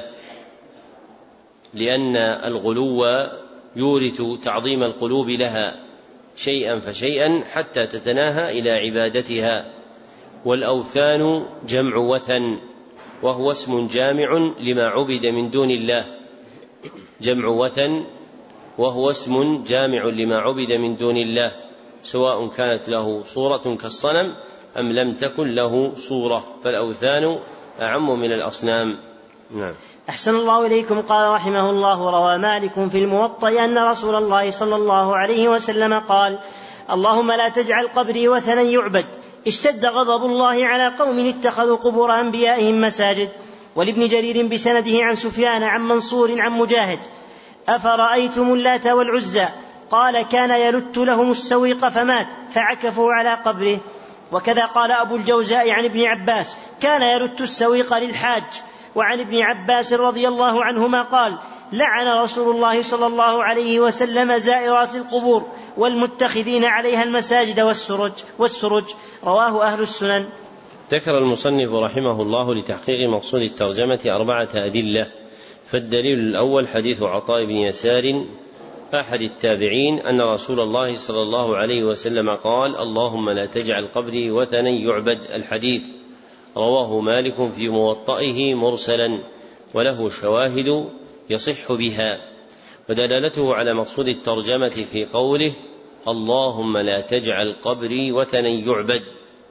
لأن الغلو يورث تعظيم القلوب لها شيئا فشيئا حتى تتناهى إلى عبادتها. والأوثان جمع وثن، وهو اسم جامع لما عبد من دون الله، جمع وثن وهو اسم جامع لما عبد من دون الله، سواء كانت له صورة كالصنم أم لم تكن له صورة، فالأوثان أعم من الأصنام. نعم. أحسن الله إليكم. قال رحمه الله: روى مالك في الموطأ أن رسول الله صلى الله عليه وسلم قال: اللهم لا تجعل قبري وثنا يعبد، اشتد غضب الله على قوم اتخذوا قبور أنبيائهم مساجد. ولابن جرير بسنده عن سفيان عن منصور عن مجاهد: أفرأيتم اللات والعزى؟ قال: كان يلت لهم السويق فمات فعكفوا على قبره. وكذا قال أبو الجوزاء عن ابن عباس: كان يلت السويق للحاج. وعن ابن عباس رضي الله عنهما قال: لعن رسول الله صلى الله عليه وسلم زائرات القبور والمتخذين عليها المساجد والسرج. رواه أهل السنن. ذكر المصنف رحمه الله لتحقيق مقصود الترجمة 4 أدلة. فالدليل الأول حديث عطاء بن يسار أحد التابعين أن رسول الله صلى الله عليه وسلم قال: اللهم لا تجعل قبري وثنا يعبد. الحديث رواه مالك في موطئه مرسلا، وله شواهد يصح بها. ودلالته على مقصود الترجمة في قوله: اللهم لا تجعل قبري وثنا يعبد،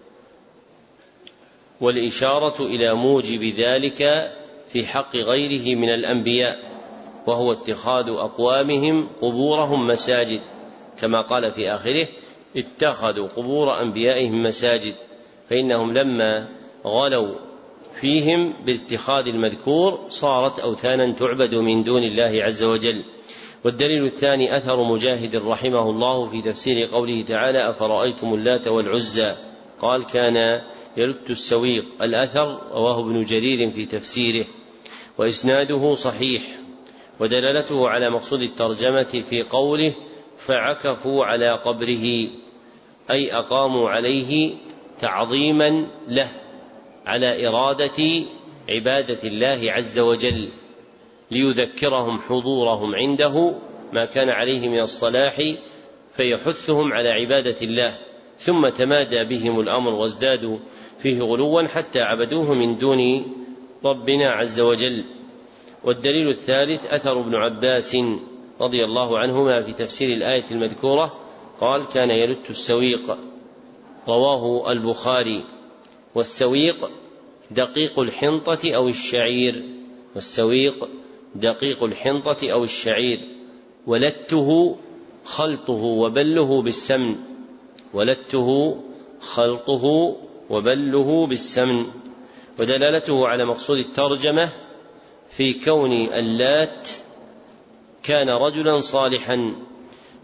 والإشارة إلى موجب ذلك في حق غيره من الأنبياء، وهو اتخاذ أقوامهم قبورهم مساجد، كما قال في آخره: اتخذوا قبور أنبيائهم مساجد، فإنهم لما غلوا فيهم باتخاذ المذكور صارت أوثانا تعبد من دون الله عز وجل. والدليل الثاني أثر مجاهد رحمه الله في تفسير قوله تعالى: أفرأيتم اللات والعزى؟ قال: كان يلت السويق. الأثر رواه ابن جرير في تفسيره، وإسناده صحيح. ودلالته على مقصود الترجمة في قوله: فعكفوا على قبره، أي أقاموا عليه تعظيما له على إرادة عبادة الله عز وجل، ليذكرهم حضورهم عنده ما كان عليه من الصلاح فيحثهم على عبادة الله، ثم تمادى بهم الأمر وازدادوا فيه غلوا حتى عبدوه من دون ربنا عز وجل. والدليل الثالث أثر ابن عباس رضي الله عنهما في تفسير الآية المذكورة، قال: كان يلت السويق. رواه البخاري. والسويق دقيق الحنطة أو الشعير، والسويق دقيق الحنطة أو الشعير. ولته خلطه وبله بالسمن، ولته خلطه وبله بالسمن. ودلالته على مقصود الترجمة في كون اللات كان رجلا صالحا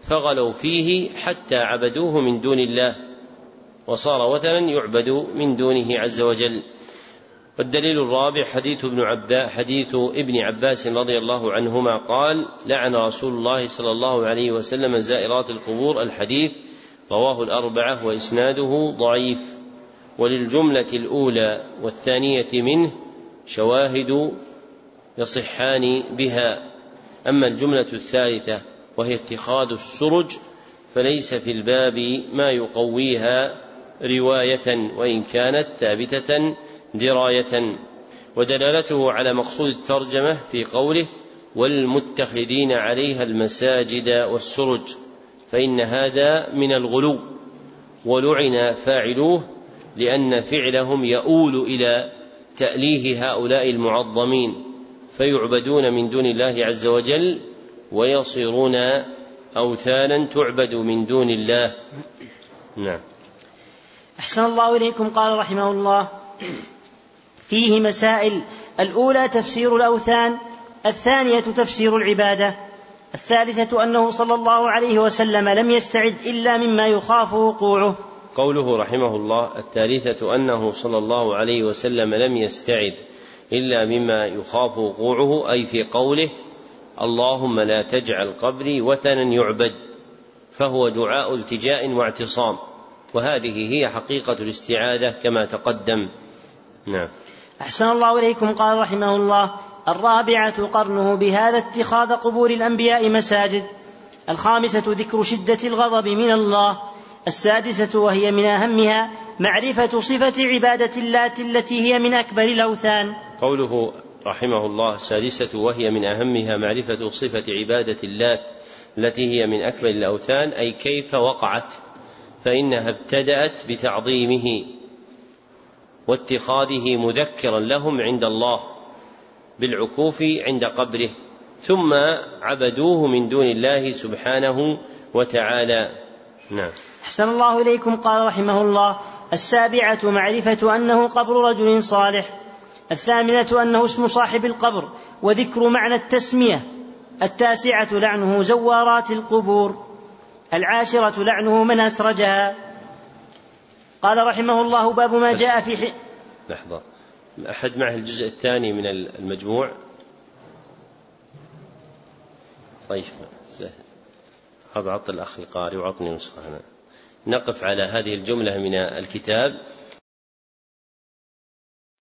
فغلوا فيه حتى عبدوه من دون الله وصار وثنا يعبد من دونه عز وجل. والدليل الرابع حديث ابن عباس رضي الله عنهما قال: لعن رسول الله صلى الله عليه وسلم زائرات القبور. الحديث رواه الأربعة وإسناده ضعيف. وللجملة الأولى والثانية منه شواهد يصحان بها. أما الجملة الثالثة وهي اتخاذ السرج فليس في الباب ما يقويها رواية وإن كانت ثابتة دراية. ودلالته على مقصود الترجمة في قوله: والمتخذين عليها المساجد والسرج، فإن هذا من الغلو، ولعن فاعلوه لأن فعلهم يؤول إلى تأليه هؤلاء المعظمين فيعبدون من دون الله عز وجل ويصيرون أوثانا تعبد من دون الله. نعم. أحسن الله إليكم. قال رحمه الله: فيه مسائل: الأولى تفسير الأوثان، الثانية تفسير العبادة، الثالثة أنه صلى الله عليه وسلم لم يستعد إلا مما يخاف وقوعه. قوله رحمه الله: الثالثة أنه صلى الله عليه وسلم لم يستعد إلا مما يخاف وقوعه، أي في قوله: اللهم لا تجعل قبري وثنا يعبد، فهو دعاء التجاء واعتصام، وهذه هي حقيقة الاستعاذة كما تقدم. نعم. أحسن الله إليكم. قال رحمه الله: الرابعة قرنه بهذا اتخاذ قبور الأنبياء مساجد. الخامسة ذكر شدة الغضب من الله. السادسة وهي من أهمها معرفة صفة عبادة اللات التي هي من أكبر الأوثان. قوله رحمه الله: السادسة وهي من أهمها معرفة صفة عبادة اللات التي هي من أكبر الأوثان، أي كيف وقعت، فإنها ابتدأت بتعظيمه واتخاذه مذكرا لهم عند الله بالعكوف عند قبره، ثم عبدوه من دون الله سبحانه وتعالى. نعم. أحسن الله إليكم. قال رحمه الله: السابعة معرفة أنه قبر رجل صالح. الثامنة أنه اسم صاحب القبر وذكر معنى التسمية. التاسعة لعنه زوارات القبور. العاشرة لعنه من أسرجها. قال رحمه الله: باب ما جاء في لحظة، أحد معه الجزء الثاني من المجموع؟ طيب، هذا عطل الأخ القارئ وعطني نسخة هنا. نقف على هذه الجملة من الكتاب.